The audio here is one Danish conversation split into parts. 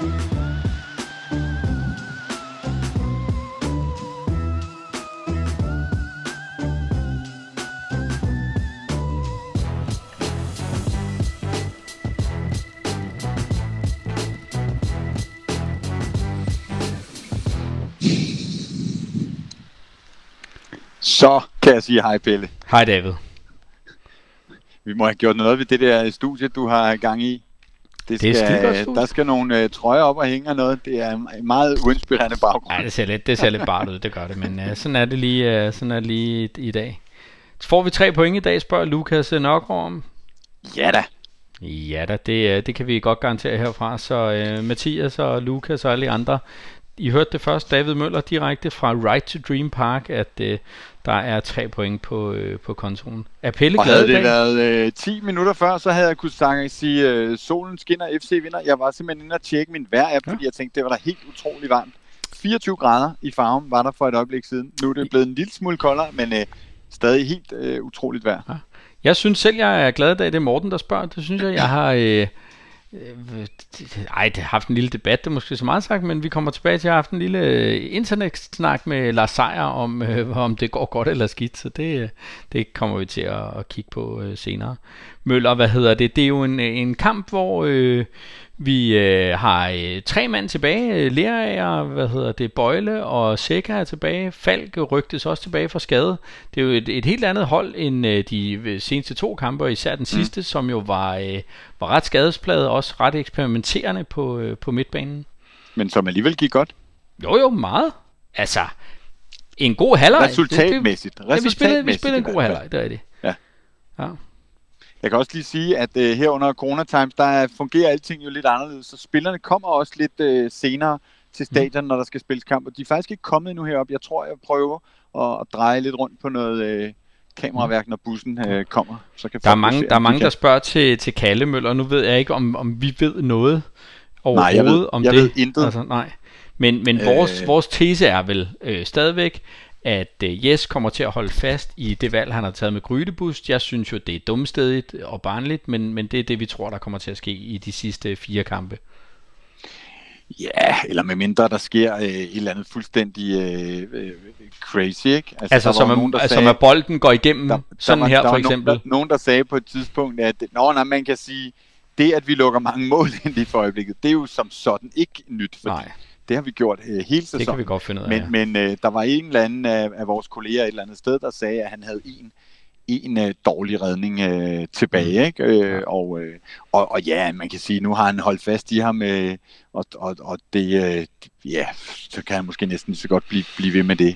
Så kan jeg sige hej, Pelle. Hej David. Vi må have gjort noget ved det der studie, du har gang i. Det er skidt. Der skal nogle trøjer op og hænge og noget. Det er en meget uinspirerende baggrund. Nej, det ser lidt bart ud, det gør det. Men sådan er det lige i dag. Så får vi 3 point i dag, spørger Lukas Nørgaard om. Ja da. Ja da, det kan vi godt garantere herfra. Så Mathias og Lukas og alle de andre, I hørte det først, David Møller direkte fra Right to Dream Park, at der er 3 point på kontoen. Er Pelle glad i dag? Og havde det været 10 minutter før, så havde jeg kunnet sige, solen skinner, FC vinder. Jeg var simpelthen inde og tjekke min vejr-app, fordi jeg tænkte, det var da helt utrolig varmt. 24 grader i farven var der for et øjeblik siden. Nu er det blevet en lille smule koldere, men stadig helt utroligt vejr. Ja. Jeg synes selv, jeg er glad i dag. Det er Morten, der spørger. Det synes jeg har... det har haft en lille debat, det er måske så meget sagt, men vi kommer tilbage til at have haft en lille internetsnak med Lars Seier om det går godt eller skidt, så det kommer vi til at kigge på senere. Møller, det er jo en kamp, hvor vi har 3 mand tilbage. Lerager, Bøjle og Sækker er tilbage. Falk rygtes også tilbage fra skade. Det er jo et helt andet hold end de seneste 2 kampe, og især den sidste, som jo var ret skadespladet, også ret eksperimenterende på midtbanen. Men som alligevel gik godt. Jo, meget. Altså, en god halvleg. Resultatmæssigt. Vi spillede en god halvleg, det er det. Ja. Ja. Jeg kan også lige sige, at her under Corona Times, der fungerer alting jo lidt anderledes, så spillerne kommer også lidt senere til stadion, når der skal spilles kamp, og de er faktisk ikke kommet endnu herop. Jeg tror, jeg prøver at dreje lidt rundt på noget kameraværk, når bussen kommer. Så kan der er mange, der spørger til Kalle Møller. Nu ved jeg ikke, om vi ved noget overhovedet om det. Jeg ved intet. Altså, nej. Men vores tese er vel stadigvæk, at Jes kommer til at holde fast i det valg, han har taget med Grydebust. Jeg synes jo, det er dumstedigt og barnligt, men det er det, vi tror, der kommer til at ske i de sidste 4 kampe. Ja, eller med mindre der sker et eller andet fuldstændig crazy, ikke? Altså som at bolden går igennem, her for eksempel. Der nogen, der sagde på et tidspunkt, at man kan sige, det at vi lukker mange mål ind i for øjeblikket, det er jo som sådan ikke nyt, fordi det har vi gjort hele sæsonen. Det kan vi godt finde ud af. Men der var en eller anden af vores kolleger et eller andet sted, der sagde, at han havde en dårlig redning tilbage, ikke? Og ja, man kan sige, nu har han holdt fast i ham, og det, så kan han måske næsten så godt blive ved med det.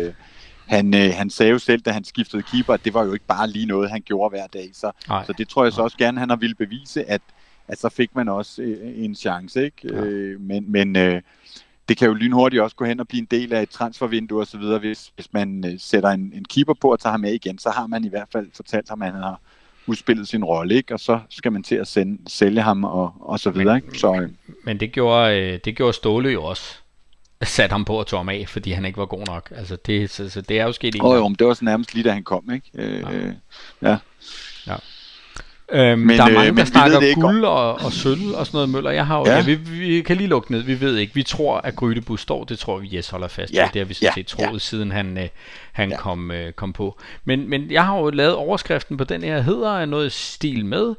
Han sagde jo selv, da han skiftede keeper, at det var jo ikke bare lige noget, han gjorde hver dag. Så det tror jeg så også gerne, han har ville bevise, at så fik man også en chance, ikke? Men det kan jo lynhurtigt også gå hen og blive en del af et transfervindue og så videre, hvis man sætter en keeper på og tager ham med igen, så har man i hvert fald fortalt ham, at han har udspillet sin rolle, ikke? Og så skal man til at sælge ham og så videre, ikke? Men det gjorde Ståle jo også. Satte ham på og tog ham af, fordi han ikke var god nok. Altså så det er jo sket en gang. Men det var så nærmest lige da han kom, ikke? Ja. Men der er mange, der snakker guld og sølv og sådan noget, Møller. Jeg har jo, vi kan lige lukke ned. Vi ved ikke. Vi tror, at Grydebus står. Det tror vi, Jes holder fast i. Det har vi sådan set troet, siden han kom på. Men jeg har jo lavet overskriften på den her. Hedder noget stil med.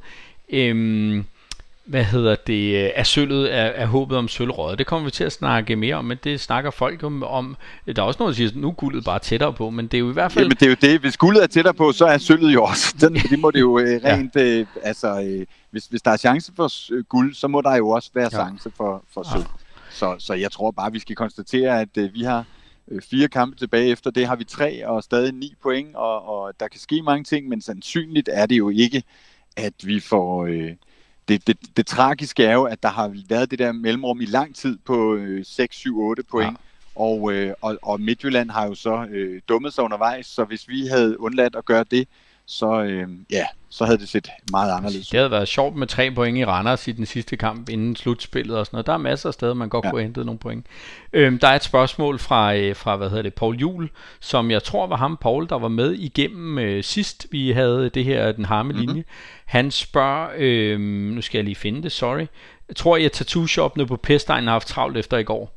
Er sølvet er håbet om sølvrøget. Det kommer vi til at snakke mere om, men det snakker folk om. Der er også nogen, der siger, at nu er guldet bare tættere på, men det er jo i hvert fald... Jamen det er jo det. Hvis guldet er tættere på, så er sølvet jo også. Det må det jo rent... Hvis der er chance for guld, så må der jo også være chance for sølv. Så jeg tror bare, vi skal konstatere, at vi har 4 kampe tilbage. Efter det har vi 3 og stadig 9 point, og der kan ske mange ting, men sandsynligt er det jo ikke, at vi får... Det tragiske er jo, at der har været det der mellemrum i lang tid på 6, 7, 8 point, og Midtjylland har jo så dummet sig undervejs, så hvis vi havde undladt at gøre det, så så havde det set meget anderledes. Det havde været sjovt med 3 point i Randers i den sidste kamp inden slutspillet og sådan noget. Der er masser af steder, man godt kunne have hentet nogle point. Der er et spørgsmål fra Paul Juhl, som jeg tror var ham, Paul, der var med igennem sidst, vi havde det her, den harme linje. Han spørger, nu skal jeg lige finde det, sorry. Tror I, at tattoo-shoppene på Pestegnen har haft travlt efter i går?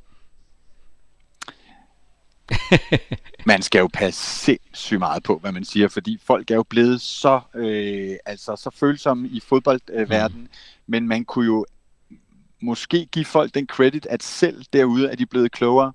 Man skal jo passe sindssygt meget på, hvad man siger, fordi folk er jo blevet så, så følsomme i fodboldverdenen, men man kunne jo måske give folk den credit, at selv derude er de blevet klogere.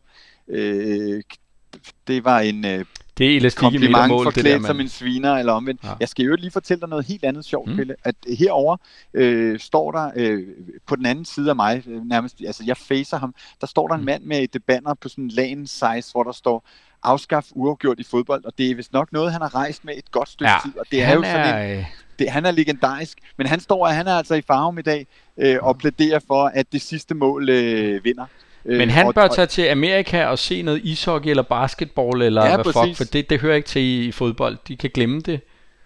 Det var en kompliment forklædt som en sviner, eller omvendt. Ja. Jeg skal jo lige fortælle dig noget helt andet sjovt, Pelle, at herover står der på den anden side af mig, nærmest, altså jeg facer ham, der står der en mand med et banner på sådan en LAN size, hvor der står afskaf uafgjort i fodbold, og det er vist nok noget, han har rejst med et godt stykke tid, og det er jo sådan han er legendarisk, men han er altså i Farum i dag og plæderer for, at det sidste mål vinder. Men han bør tage til Amerika og se noget ishockey eller basketball eller hvad fuck, for det hører ikke til i fodbold. De kan glemme det.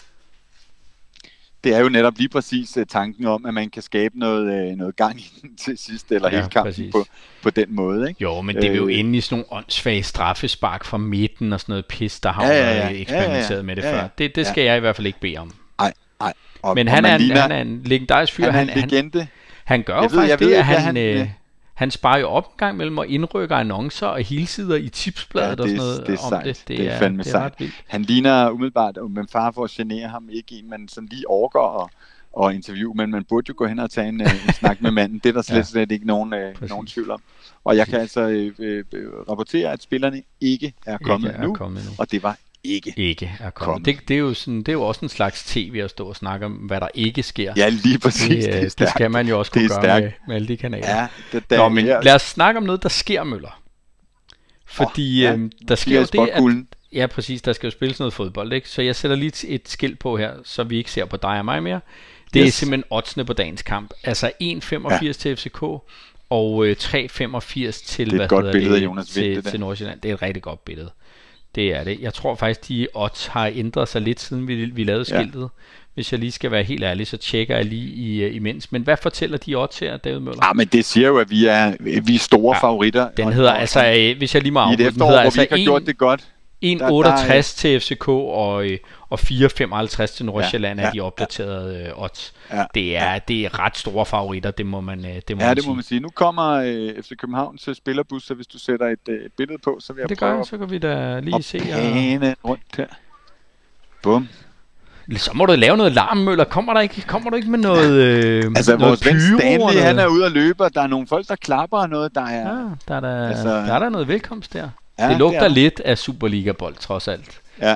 Det er jo netop lige præcis tanken om, at man kan skabe noget gang i den til sidst, eller hele kampen på den måde. Ikke? Jo, men det er jo inde i sådan nogle åndssvage straffespark fra midten og sådan noget pis, der har eksperimenteret med det før. Det skal jeg i hvert fald ikke bede om. Nej. Men han er en legendarisk fyr. Han er en legende. Han gør jo faktisk det, at han sparer jo op en gang mellem og indrykker annoncer og helsider i tipsbladet og sådan noget det er om det. Det er fandme sejt. Han ligner umiddelbart, men far for at genere ham, ikke en, man sådan lige overgår og interview, men man burde jo gå hen og tage en snak med manden. Det er der slet ikke nogen tvivl om. Og jeg kan altså rapportere, at spillerne ikke er kommet nu, og det var ikke er kommet. Det er jo sådan, det er jo også en slags tv at stå og snakke om, hvad der ikke sker. Ja, lige præcis. Det skal man jo også kunne gøre med alle de kanaler. Ja, men lad os snakke om noget, der sker, Møller. Fordi der sker jo det, at ja, præcis, der skal jo spilles noget fodbold, ikke? Så jeg sætter lige et skilt på her, så vi ikke ser på dig og mig mere. Det er simpelthen oddsene på dagens kamp. Altså 1,85 til FCK og 3,85 til til Nordsjælland. Det er et rigtig godt billede. Det er det. Jeg tror faktisk, de odds har ændret sig lidt, siden vi lavede skiltet. Hvis jeg lige skal være helt ærlig, så tjekker jeg lige imens. Men hvad fortæller de odds her, David Møller? Ja, men det siger jo, at vi er store favoritter. Den hedder hvis jeg lige må afbryde, i et efterår, hvor vi ikke har gjort det godt. 1,68 til FCK og 4,55 til Nordsjælland er de opdaterede odds. Ja, det er ret store favoritter, det må man sige. Nu kommer FC København til spillerbus, så hvis du sætter et billede på, så vil jeg prøve så kan vi da lige se. Og rundt her. Bum. Så må du lave noget larm, Møller. Kommer du ikke med noget altså noget vores ven Stanley, han er ude og løbe, og der er nogle folk, der klapper og noget, der er... Ja, der er noget velkomst der. Ja, det lugter lidt af Superliga-bold, trods alt. Ja.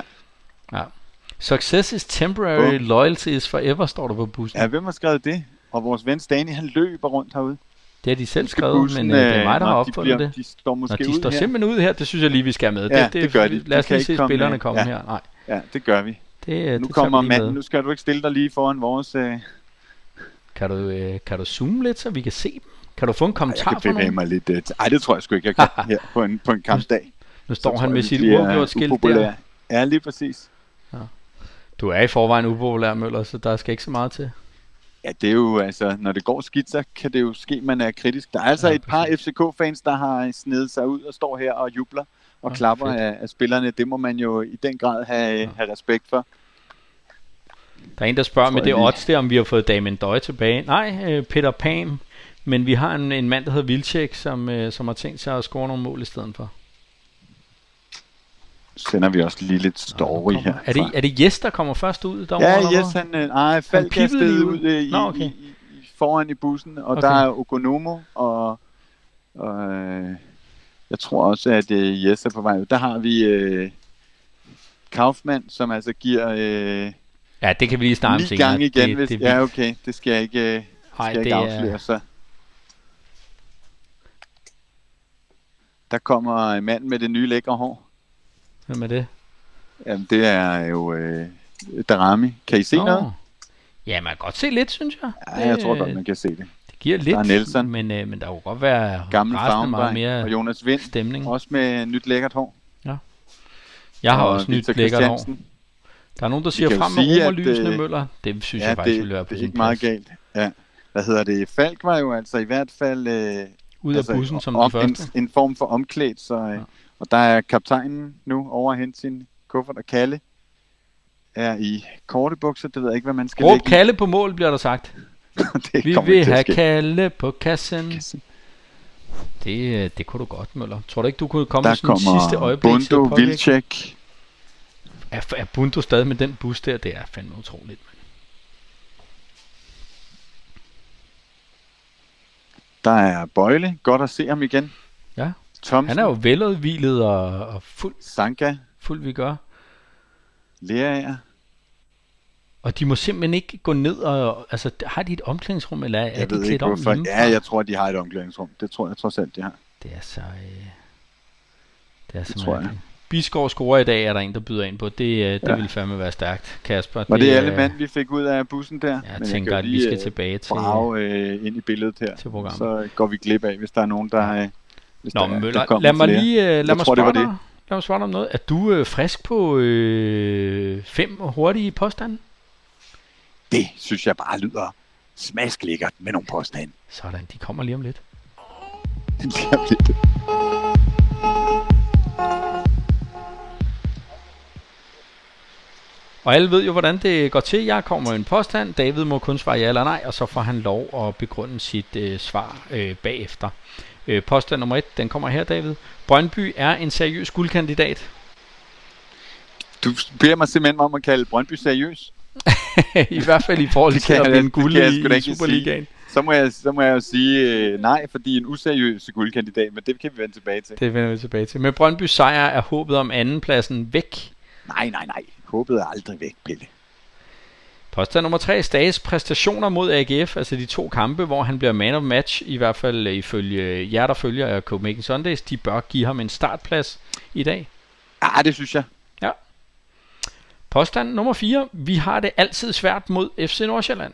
Success is temporary, loyalty is forever, står der på bussen. Ja, hvem har skrevet det? Og vores ven Stanley, han løber rundt herude. Det har de selv skrevet, bussen, men det er mig, der har opfundet det. De står måske de står simpelthen ud her, det synes jeg lige, vi skal have med. Ja, det gør de. Lad os lige se spillerne komme her. Nej. Ja, det gør vi. Nu kommer manden, nu skal du ikke stille dig lige foran vores... Kan du zoome lidt, så vi kan se dem? Kan du få en kommentar fra nogen? Jeg kan mig lidt... det tror jeg sgu ikke, jeg kan her på en kampdag. Nu står han med sit uafgjort skilt der. Ja, lige præcis. Ja. Du er i forvejen upopulær, Møller, så der skal ikke så meget til. Ja, det er jo altså, når det går skidt, så kan det jo ske, man er kritisk. Der er altså et par FCK-fans, der har snedet sig ud og står her og jubler og klapper af spillerne. Det må man jo i den grad have respekt for. Der er en, der spørger med det odds der, om vi har fået Damien Døj tilbage. Nej, Peter Pan, men vi har en mand, der hedder Vilcek, som har tænkt sig at score nogle mål i stedet for. Sender vi også lige lidt story her. Er det Jes, der kommer først ud? Jes, Falk er stedet ud foran i bussen, og der er Okonomo, og jeg tror også, at Jes er på vej ud. Der har vi Kaufmann, som altså giver... ja, det kan vi lige snakke om senere. 9 gange igen, ja, okay. Det skal jeg ikke, afsløre så. Der kommer en mand med det nye lækre hår. Hvem er det? Jamen, det er jo Darami. Kan I se noget? Ja, man kan godt se lidt, synes jeg. Ja, jeg tror godt, man kan se det. Det giver lidt, der er Nelson, men der kunne godt være gammel meget mere og Jonas Vind, stemning. Også med nyt lækkert hår. Ja. Jeg har også nyt lækkert hår. Der er nogen, der siger kan jo frem med sige, romerlysene, at, Møller. Det synes ja, jeg faktisk ville være det på er sin ikke meget plads. galt. Ja. Hvad hedder det? Falk var jo altså i hvert fald Ud af bussen som den første. en form for omklædt, så, Ja. og der er kaptajnen nu over at hente sin kuffert, og Kalle er i korte bukser. Det ved jeg ikke, hvad man skal Råb lægge i. Kalle på mål, bliver der sagt. Det Vi kommer vil ikke til at have ske. Kalle på kassen. Det kunne du godt, Møller. Tror du ikke, du kunne komme Der med sådan en sidste kommer øjeblik til at Bundo, påvirke? Vilcek. Er Bundo stadig med den bus der? Det er fandme utroligt. Der er Bøjle. Godt at se ham igen. Ja. Thomsen. Han er jo veludhvilet og Sanka. fuld vi gør. Lerager. Og de må simpelthen ikke gå ned og... Altså, har de et omklædningsrum, eller er Jeg de ved klædt ikke om hvorfor. hjemmefra? Ja, jeg tror, de har et omklædningsrum. Det tror jeg trods alt, de har. Det er så... Det er så tror jeg. mærkeligt. Bisgaard scorer i dag, er der en, der byder ind på. Det Ja. ville fandme være stærkt, Kasper. Var det alle mand, vi fik ud af bussen der? Jeg tænker, at vi skal tilbage til ind i billedet her. til programmet. Så går vi glip af, hvis der er nogen, der... Hvis Nå, der, Møller, der kommer lad mig flere. lige lad mig tror, det var spørge det. dig. Lad mig spørge dig om noget. Er du frisk på 5 hurtige påstande? Det synes jeg bare lyder smasklækkert med nogle påstande. Sådan, de kommer lige om lidt. Og alle ved jo, hvordan det går til. Jeg kommer med en påstand. David må kun svare ja eller nej, og så får han lov at begrunde sit svar bagefter. Påstand nummer 1, den kommer her, David. Brøndby er en seriøs guldkandidat. Du beder mig simpelthen om at kalde Brøndby seriøs. I hvert fald i forhold til at vinde guld i Superligaen. Så må jeg jo sige nej, fordi en useriøs guldkandidat, men det kan vi vende tilbage til. Det vender vi tilbage til. Med Brøndby sejr er håbet om andenpladsen væk. Nej. Håbet er aldrig væk, Pelle. Påstand nummer 3. Stages præstationer mod AGF, altså de 2 kampe, hvor han bliver man of match, i hvert fald ifølge jer, der følger af Copenhagen Sundays, de bør give ham en startplads i dag. Ja, det synes jeg. Ja. Påstand nummer 4. Vi har det altid svært mod FC Nordsjælland.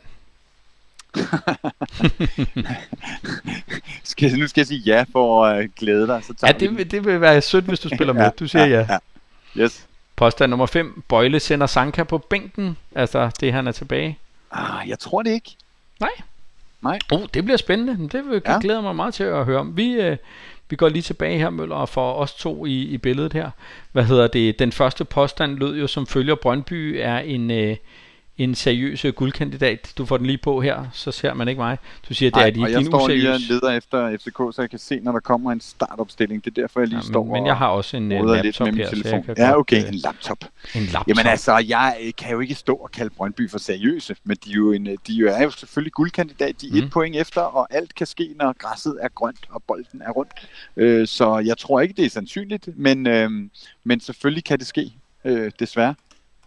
Nu skal jeg sige ja for at glæde dig. Så Ja, det vil være sødt, hvis du spiller med. Du siger ja. Yes. Påstand nummer 5. Bøjle sender Sanka på bænken. Altså, det han er tilbage. Jeg tror det ikke. Nej. Det bliver spændende. Det glæder mig meget til at høre om. Vi går lige tilbage her, Møller, og får os 2 i billedet her. Hvad hedder det? Den første påstand lød jo som følger: Brøndby er en seriøs guldkandidat. Du får den lige på her, så ser man ikke mig. Du siger, det er og jeg din står lige og useriøs. leder efter FCK, så jeg kan se, når der kommer en startopstilling. Det er derfor, jeg lige står Men jeg har også en roder lidt laptop med min her, så telefon. jeg kan Ja, godt, okay, en laptop. En laptop. Jamen altså, jeg kan jo ikke stå og kalde Brøndby for seriøse, men de er jo selvfølgelig guldkandidat. De er 1 point efter, og alt kan ske, når græsset er grønt, og bolden er rundt. Så jeg tror ikke, det er sandsynligt, men selvfølgelig kan det ske, desværre.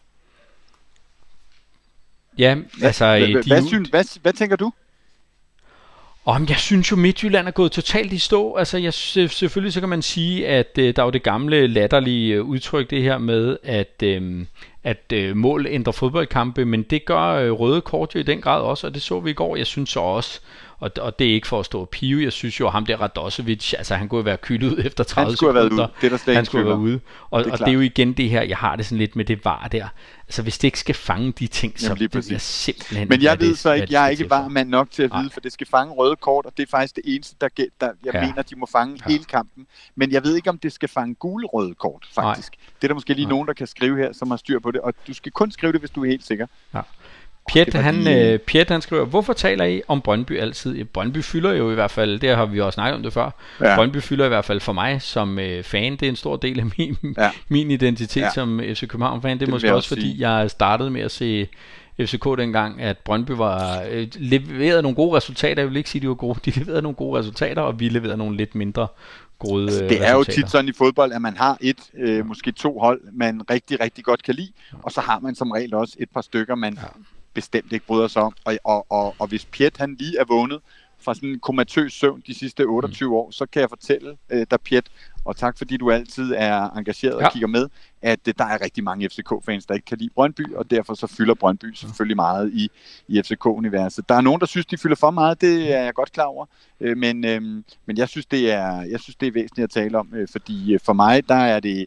Ja, altså... Hvad tænker du? Jeg synes jo, Midtjylland er gået totalt i stå. Altså, selvfølgelig så kan man sige, at der er jo det gamle latterlige udtryk, det her med, at mål ændrer fodboldkampe, men det gør røde kort jo i den grad også, og det så vi i går. Jeg synes så også, og det er ikke for at stå og pive, jeg synes jo, ham der Radosevic, altså han kunne være kylet ud efter 30 sekunder. Han skulle have været ude. Og det er jo igen det her, jeg har det sådan lidt med det var der. Altså hvis det ikke skal fange de ting, så det bliver simpelthen... Men jeg ved så ikke, jeg er ikke bare mand nok til at vide, for det skal fange røde kort, og det er faktisk det eneste, der mener, de må fange hele kampen. Men jeg ved ikke, om det skal fange gule røde kort, faktisk. Det er der måske lige nogen, der kan skrive her, som har styr på det, og du skal kun skrive det, hvis du er helt sikker. Ja. Piet, han skriver, hvorfor taler I om Brøndby altid? Brøndby fylder jo i hvert fald, det har vi også snakket om det før, Brøndby fylder i hvert fald for mig som fan, det er en stor del af min identitet som FC København-fan. Det er måske også fordi, jeg startede med at se FCK dengang, at Brøndby leverede nogle gode resultater. Jeg vil ikke sige, de var gode. De leverede nogle gode resultater, og vi leverede nogle lidt mindre gode resultater. Det er jo tit sådan i fodbold, at man har måske 2 hold, man rigtig, rigtig godt kan lide, og så har man som regel også et par stykker, man bestemt ikke bryder sig om. Og hvis Piet han lige er vågnet fra sådan en komatøs søvn de sidste 28 år, så kan jeg fortælle dig, Piet, og tak fordi du altid er engageret og kigger med, at der er rigtig mange FCK-fans, der ikke kan lide Brøndby, og derfor så fylder Brøndby selvfølgelig meget i FCK-universet. Der er nogen, der synes, de fylder for meget, det er jeg godt klar over, men jeg synes, det er væsentligt at tale om, fordi for mig, der er det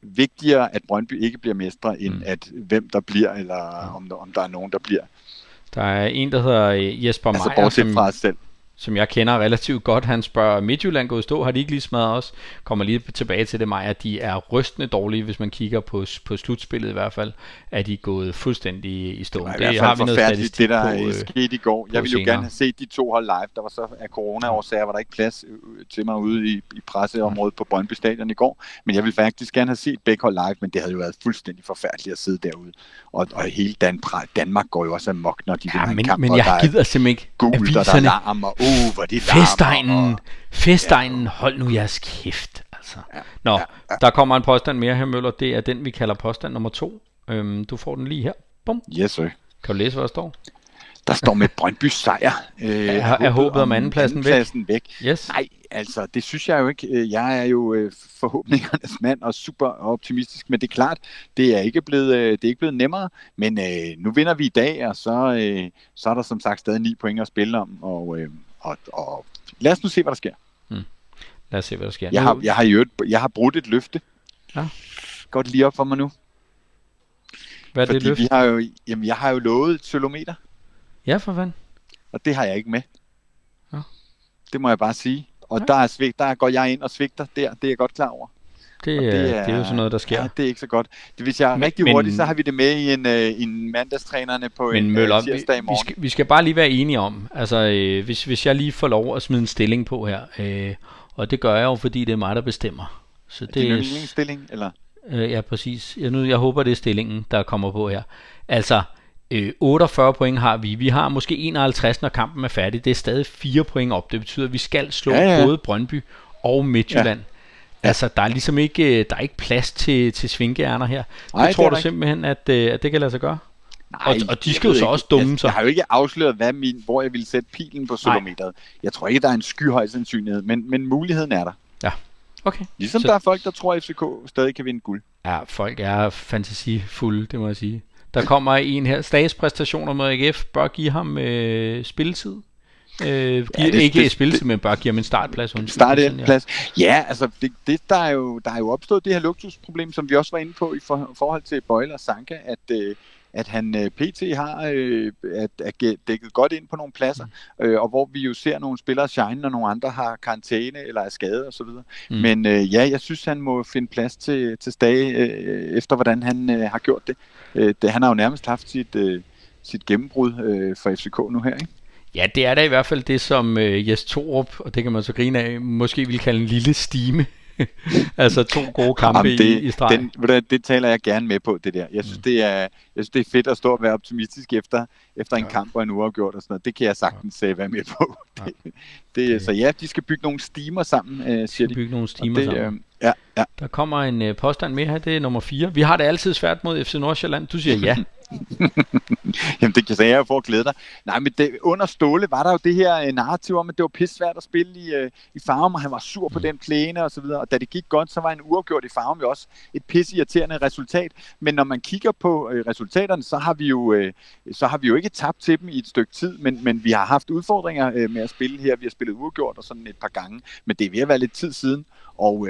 vigtigere, at Brøndby ikke bliver mestre, end at hvem der bliver, eller om der er nogen, der bliver. Der er en, der hedder Jesper Meier, bortset fra os selv, som jeg kender relativt godt. Han spørger, Midtjylland gået i stå, har de ikke lige smadret os? Kommer lige tilbage til det, Meier. De er rystende dårlige, hvis man kigger på slutspillet i hvert fald, er de gået fuldstændig i stå. Det har vi noget statistik det, der skete i går. Jeg ville jo gerne have set de 2 hold live. Der var så af corona-årsager, var der ikke plads til mig ude i presseområdet på Brøndby Stadion i går. Men jeg ville faktisk gerne have set begge hold live, men det havde jo været fuldstændig forfærdeligt at sidde derude. Og hele Danmark går jo også amok, når de vinder en kamp. Men jeg gider simpelthen ikke gult, og der er larm, og hvor de larmer. Festegnen, hold nu jeres kæft. Altså. Der kommer en påstand mere her, Møller. Det er den, vi kalder påstand nummer 2. Du får den lige her. Bum. Yes, sir. Kan du læse, hvad der står? Der står med Brøndby sejr. Er håbet om andenpladsen væk? Yes. Nej, altså det synes jeg jo ikke. Jeg er jo forhåbningernes mand og super optimistisk, men det er klart, det er ikke blevet nemmere. Men nu vinder vi i dag, og så er der som sagt stadig 9 point at spille om. Og lad os nu se, hvad der sker. Lad os se, hvad der sker. Jeg har brudt et løfte. Ja. Går det lige op for mig nu? Hvad er det løfte? Jeg har jo lovet et solometer. Ja, for fanden. Og det har jeg ikke med. Ja. Det må jeg bare sige. Og der går jeg ind og svigter der. Det er jeg godt klar over. Det er jo sådan noget, der sker. Ja, det er ikke så godt. Hvis jeg er rigtig hurtigt, så har vi det med i en mandagstrænerne på tirsdag i morgen. Vi skal bare lige være enige om, altså hvis jeg lige får lov at smide en stilling på her, og det gør jeg jo, fordi det er mig, der bestemmer. Så det er din yndlingsstilling, eller? Ja, præcis. Jeg håber, det er stillingen, der kommer på her. Altså, 48 point har vi. Vi har måske 51, når kampen er færdig. Det er stadig 4 point op. Det betyder, at vi skal slå både Brøndby og Midtjylland. Ja. Altså, der er ligesom ikke, plads til svinkeærner her. Nej, tror du simpelthen, at det kan lade sig gøre? Nej, og de skal jo så også dumme sig. Jeg har jo ikke afsløret, hvor jeg ville sætte pilen på solometeret. Jeg tror ikke, der er en skyhøj sandsynlighed, men muligheden er der. Ja, okay. Ligesom der er folk, der tror, at FCK stadig kan vinde guld. Ja, folk er fantasifulde, det må jeg sige. Der kommer en her. Stagspræstationer mod AGF. Bør give ham spilletid. Ikke spilletid, men bør give ham en startplads. Startplads. Ja, altså der er jo opstået det her luksusproblem, som vi også var inde på i forhold til Bøjle og Sanka, at han PT har dækket godt ind på nogle pladser, og hvor vi jo ser nogle spillere shine, når nogle andre har karantæne eller er skadet osv. Men jeg synes, han må finde plads til Stage, efter hvordan han har gjort det. Han har jo nærmest haft sit gennembrud for FCK nu her, ikke? Ja, det er da i hvert fald det, som Jes Torup, og det kan man så grine af, måske vil kalde en lille stime. Altså 2 gode kampe i streg. Det taler jeg gerne med på, det der. Jeg synes, det er fedt at stå og være optimistisk efter en kamp og en uafgjort og sådan noget. Det kan jeg sagtens være med på. Så ja, de skal bygge nogle stimer sammen, siger de. Bygge nogle stimer sammen. Ja. Der kommer en påstand med her, det er nummer 4. Vi har det altid svært mod FC Nordsjælland. Du siger ja. Jamen det kan jeg jo for at glæde dig. Nej, men under Ståle var der jo det her narrativ om, at det var pissvært at spille i Farum, og han var sur på den plæne og så videre. Og da det gik godt, så var en uafgjort i Farum jo også et pisseirriterende resultat. Men når man kigger på resultaterne, så har vi jo ikke tabt til dem i et stykke tid, men vi har haft udfordringer med at spille her. Vi har spillet uafgjort og sådan et par gange, men det er ved at være lidt tid siden. Og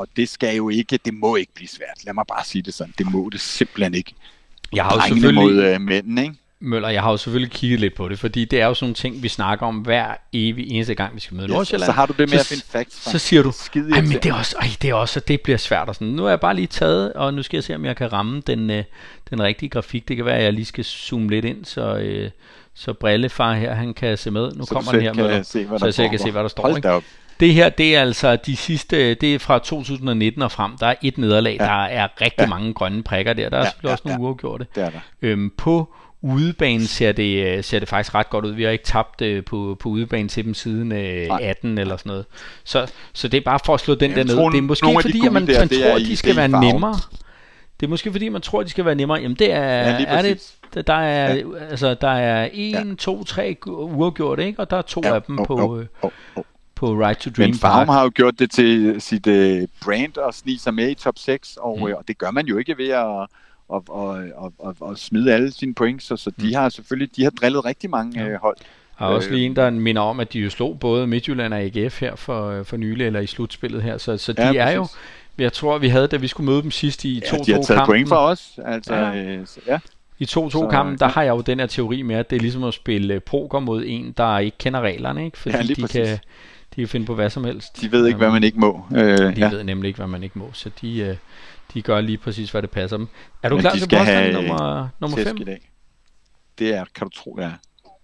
det må ikke blive svært. Lad mig bare sige det sådan. Det må det simpelthen ikke. Jeg har jo selvfølgelig mændene, ikke? Møller, jeg har jo selvfølgelig kigget lidt på det, fordi det er jo sådan nogle ting, vi snakker om hver eneste gang, vi skal møde Nordsjælland. Så har du det med at finde facts. Så siger du, men det er også, det bliver svært og sådan. Nu er jeg bare lige taget, og nu skal jeg se, om jeg kan ramme den rigtige grafik. Det kan være, at jeg lige skal zoome lidt ind, så Brillefar her, han kan se med. Nu kommer han her med, så jeg selv kan se, hvad der står. Ikke? Det her, det er altså de sidste, det er fra 2019 og frem. Der er et nederlag, der er rigtig mange grønne prikker der. Der er selvfølgelig også nogle uafgjorte. Det er der. På udebanen ser det faktisk ret godt ud. Vi har ikke tabt på udebanen til dem siden 18 eller sådan noget. Så det er bare for at slå den der ned. Det er måske fordi, at man tror, at de skal være nemmere. Det er måske fordi, man tror, at de skal være nemmere. Jamen det er det. Der er 1, 2, 3 uafgjorte, ikke? Og der er 2 af dem på Right to Dream. Men Farum har jo gjort det til sit brand og snige sig med i top 6, og det gør man jo ikke ved at smide alle sine points, så de har selvfølgelig drillet rigtig mange hold. Der er også lige en, der minder om, at de jo slog både Midtjylland og AGF her for nylig, eller i slutspillet her, så de er jo Jeg tror, vi havde, da vi skulle møde dem sidst i 2-2-kampen. De har taget point for os. Altså, ja. I 2-2-kampen, der har jeg jo den her teori med, at det er ligesom at spille poker mod en, der ikke kender reglerne, ikke? Fordi de kan finde på hvad som helst. De ved ikke, hvad man ikke må. De ved nemlig ikke, hvad man ikke må, så de gør lige præcis, hvad det passer dem. Er du klar til påstand nummer 5? I dag. Det er, kan du tro, det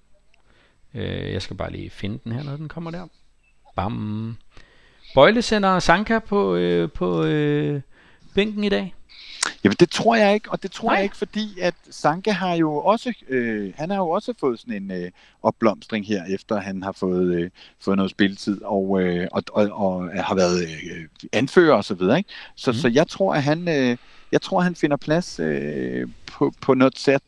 er. Jeg skal bare lige finde den her, når den kommer der. Bam. Bøjle sender Sanka på bænken i dag. Jamen det tror jeg ikke, og det tror jeg ikke, fordi at Sanka har jo også, han har jo også fået sådan en opblomstring her, efter han har fået noget spilletid, og har været anfører og så videre, ikke? Så jeg tror, at han finder plads på noget sæt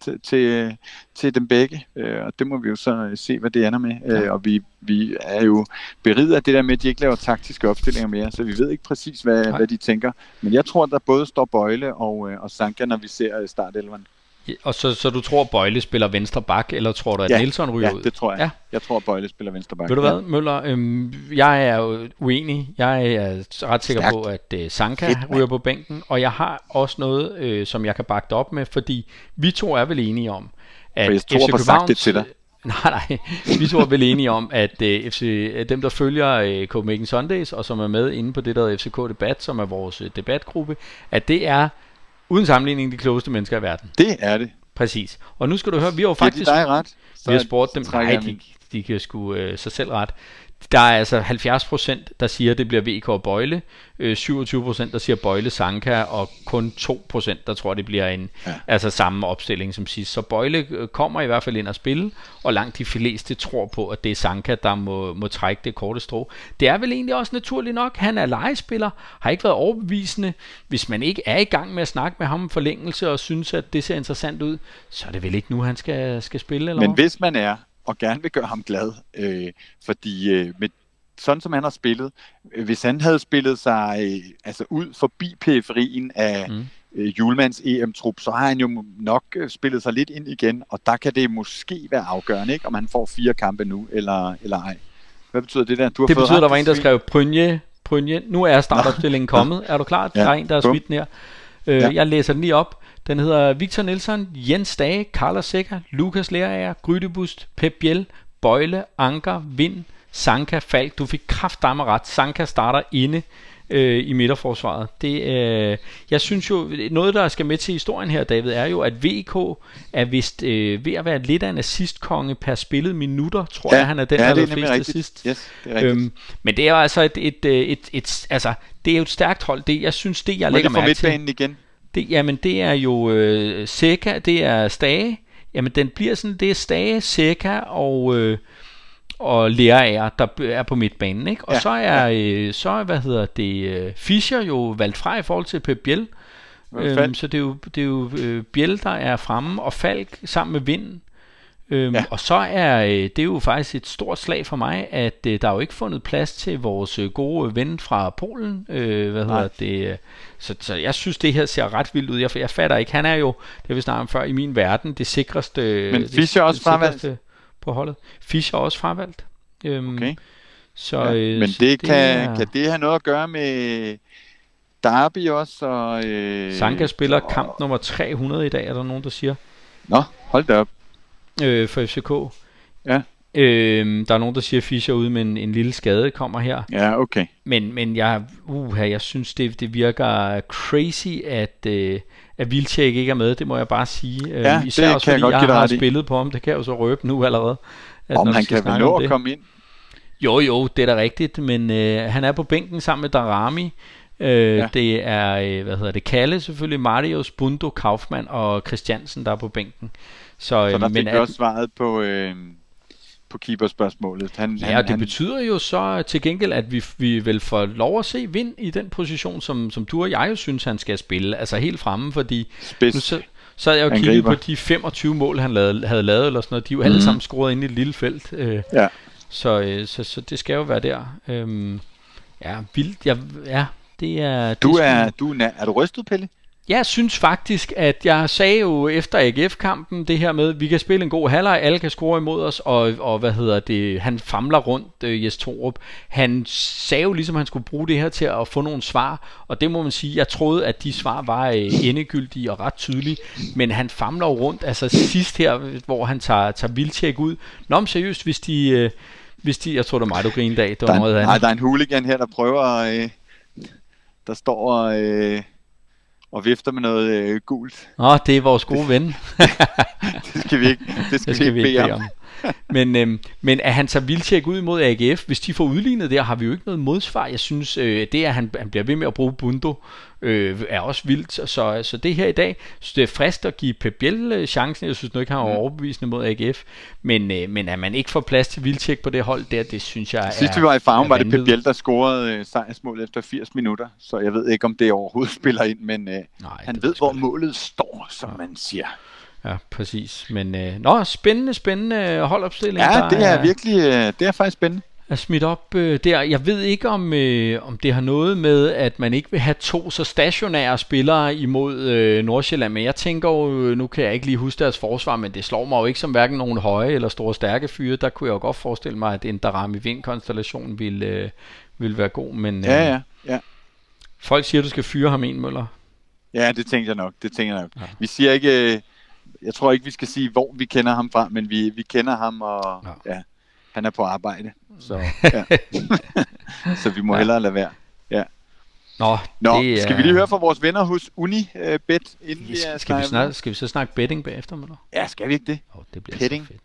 til dem begge, og det må vi jo så se, hvad det ender med. Og vi er jo beriget af det der med, at de ikke laver taktiske opstillinger mere, så vi ved ikke præcis, hvad de tænker. Men jeg tror, at der både står Bøjle og Sanka, når vi ser startelveren. Ja, og så du tror, Bøjle spiller venstre bak, eller tror du, at Nielsen ryger ud? Ja, det tror jeg. Ja. Jeg tror, at Bøjle spiller venstre bak. Ved du hvad, Møller? Jeg er jo uenig. Jeg er ret sikker på, at Sanka ryger på bænken, og jeg har også noget, som jeg kan bakke det op med, fordi vi to er vel enige om, at FC Københavns... Nej, vi to er vel enige om, at dem, der følger Copenhagen Sundays, og som er med inde på det, der hedder FCK Debat, som er vores debatgruppe, at det er uden sammenligning de klogeste mennesker i verden. Det er det. Præcis. Og nu skal du høre, vi har jo faktisk... Det er dig ret. Vi har spurgt dem, nej, de kan sgu sig selv ret. Der er altså 70%, der siger, at det bliver VK og Bøjle, 27%, der siger Bøjle Sanka, og kun 2%, der tror, det bliver altså samme opstilling som sidst. Så Bøjle kommer i hvert fald ind og spille, og langt de fleste tror på, at det er Sanka, der må trække det korte strå. Det er vel egentlig også naturligt nok. Han er legespiller, har ikke været overbevisende. Hvis man ikke er i gang med at snakke med ham om forlængelse, og synes, at det ser interessant ud, så er det vel ikke nu, han skal spille, eller men hvis man er og gerne vil gøre ham glad, fordi med sådan som han har spillet, hvis han havde spillet sig altså ud forbi periferien af Hjulmands EM-trup, så har han jo nok spillet sig lidt ind igen, og der kan det måske være afgørende, ikke, om han får 4 kampe nu, eller ej. Hvad betyder det der? Det betyder, der var en, der skrev Brynje. Nu er startopstillingen kommet. Er du klar? Der er en, der er smidt den her. Jeg læser den lige op. Den hedder Victor Nielsen, Jens Dage, Carlos Seca, Lukas Lerager, Grydebust, Pep Biel, Bøjle, Anker, Vind, Sanka, Falk. Du fik kraftedeme ret. Sanka starter inde i midterforsvaret. Jeg synes jo, noget der skal med til historien her, David, er jo, at VK er vist ved at være lidt af en assistkonge per spillet minutter, tror jeg, han er den, der er flest assist. Yes, det er rigtigt. Men det er jo altså altså, det er jo et stærkt hold. Jeg synes, det jeg lægger mærke til... igen? Det er jo Seca, det er Stage. Jamen den bliver sådan, det er Stage, Seca og Lerager, der er på midtbanen, ikke? Og så er Fischer jo valgt fra i forhold til Pep Biel. Så det er jo Biel, der er fremme, og Falk sammen med Vind. Og så er det jo faktisk et stort slag for mig, at der er jo ikke fundet plads til vores gode ven fra Polen. Så jeg synes, det her ser ret vildt ud. Jeg fatter ikke. Han er jo, det har vi snakket om før, i min verden, det sikreste. Men Fischer også fravalgt? På holdet. Fischer også fravalgt. Okay. Så, men det kan det have noget at gøre med Derby også? Og, Sanka spiller kamp nummer 300 i dag, er der nogen, der siger. Nå, hold da op. For FCK. Ja. Der er nogen, der siger, at Fischer ude med en lille skade kommer her. Ja, okay. Men jeg synes, det virker crazy, at Wilczek ikke er med. Det må jeg bare sige. Især det også, fordi jeg har spillet på ham. Det kan jeg jo så røbe nu allerede. Om han kan vel nå at komme ind? Jo, det er da rigtigt. Men han er på bænken sammen med Darami. Det er, Kalle selvfølgelig, Marius, Bundo, Kaufmann og Christiansen, der er på bænken. Så der fik også svaret på keeperspørgsmålet. Det betyder jo så til gengæld, at vi vil få lov at se Vind i den position, som du og jeg jo synes, han skal spille. Altså helt fremme, fordi så er jeg jo kigget på de 25 mål, han havde lavet, eller sådan noget. De er jo alle sammen scoret ind i et lille felt. Så det skal jo være der. Vildt. Det er... Er du rystet, Pelle? Jeg synes faktisk, at jeg sagde jo efter AGF-kampen det her med, at vi kan spille en god halvleg, alle kan score imod os, og han famler rundt, Jes Torup. Han sagde jo ligesom, at han skulle bruge det her til at få nogle svar, og det må man sige, jeg troede, at de svar var endegyldige og ret tydelige, men han famler jo rundt, altså sidst her, hvor han tager Wilczek ud. Nå, men seriøst, hvis de, jeg tror det var mig, du grinede af, det var noget andet. Nej, der er en hooligan her, der prøver, der står og vifter med noget gult. Det er vores gode ven. Det skal vi ikke bede om. Men at han tager Wilczek ud mod AGF, hvis de får udlignet der, har vi jo ikke noget modsvar. Jeg synes, det at han bliver ved med at bruge Bundo, er også vildt. Så det her i dag, så det er frist at give Pep Biel chancen. Jeg synes nu ikke, han var overbevisende mod AGF. Men at man ikke får plads til Wilczek på det hold der, det synes jeg sidst vi var i Farven, var det Pep Biel, der scorede sejrsmål efter 80 minutter. Så jeg ved ikke, om det overhovedet spiller ind, men han ved, hvor målet står, som man siger. Ja, præcis. Men spændende holdopstilling. Ja, det er virkelig, det er faktisk spændende. Er smidt op der. Jeg ved ikke, om det har noget med, at man ikke vil have 2 så stationære spillere imod Nordsjælland, men jeg tænker jo, nu kan jeg ikke lige huske deres forsvar, men det slår mig jo ikke som hverken nogen høje eller store stærke fyre. Der kunne jeg jo godt forestille mig, at en Darami Vind-konstellation ville være god, men ja. Folk siger, at du skal fyre ham en, Møller. Ja, det tænker jeg nok. Ja. Vi siger ikke, jeg tror ikke, vi skal sige, hvor vi kender ham fra, men vi kender ham, og han er på arbejde. Så, så vi må hellere lade være. Ja. Nå, skal vi lige høre fra vores venner hos Unibet, inden skal vi så snakke betting bagefter, eller? Ja, skal vi ikke det? Det bliver betting. Så fedt.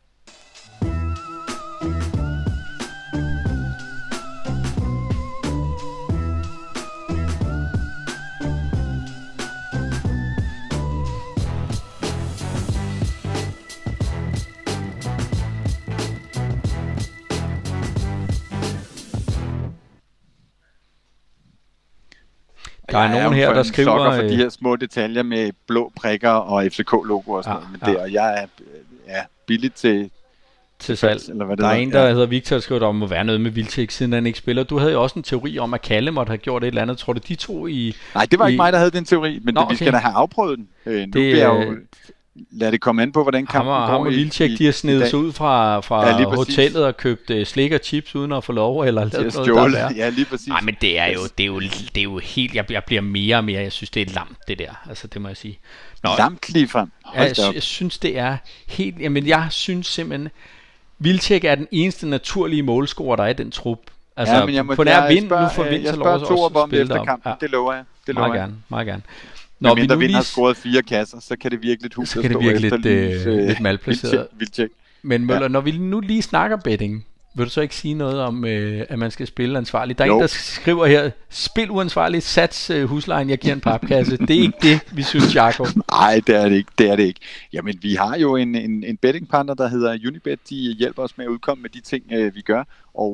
Der er nogen her, der skriver for de her små detaljer med blå prikker og FCK-logo og sådan noget. Men og jeg er billigt til salg. Eller hvad det der er en, der hedder Victor, der skriver, der må være noget med Wilczek, siden han ikke spiller. Du havde jo også en teori om, at Kalle måtte have gjort et eller andet. Tror du, de to i... Nej, det var ikke mig, der havde den teori, men vi skal da have afprøvet den. Nu bliver jeg jo... Lad det komme an på, hvordan kampen går. Ham og Wilczek, de har snedet sig ud fra hotellet og købt slik og chips uden at få lov, eller lavet noget der. Ja, lige præcis. Nej, men det er jo helt... Jeg bliver mere og mere... Jeg synes, det er lamt, det der. Altså, det må jeg sige. Lamt lige frem. Jeg synes, det er helt... Jamen, jeg synes simpelthen... Wilczek er den eneste naturlige målscorer, der er i den trup. Altså, men på nær vind, nu får vind så lov også at spille om kampen. Det lover jeg. Meget gerne. Når mindre Vind har scoret 4 kasser, så kan det virkelig lidt huske at stå efter lidt malplaceret. Men Møller, når vi nu lige snakker betting, vil du så ikke sige noget om, at man skal spille ansvarligt? Der er en, der skriver her, spil uansvarligt, sats huslejen, jeg giver en papkasse. Det er ikke det, vi synes, Jakob. Nej, det er det ikke. Jamen, vi har jo en bettingpartner, der hedder Unibet. De hjælper os med at udkomme med de ting, vi gør.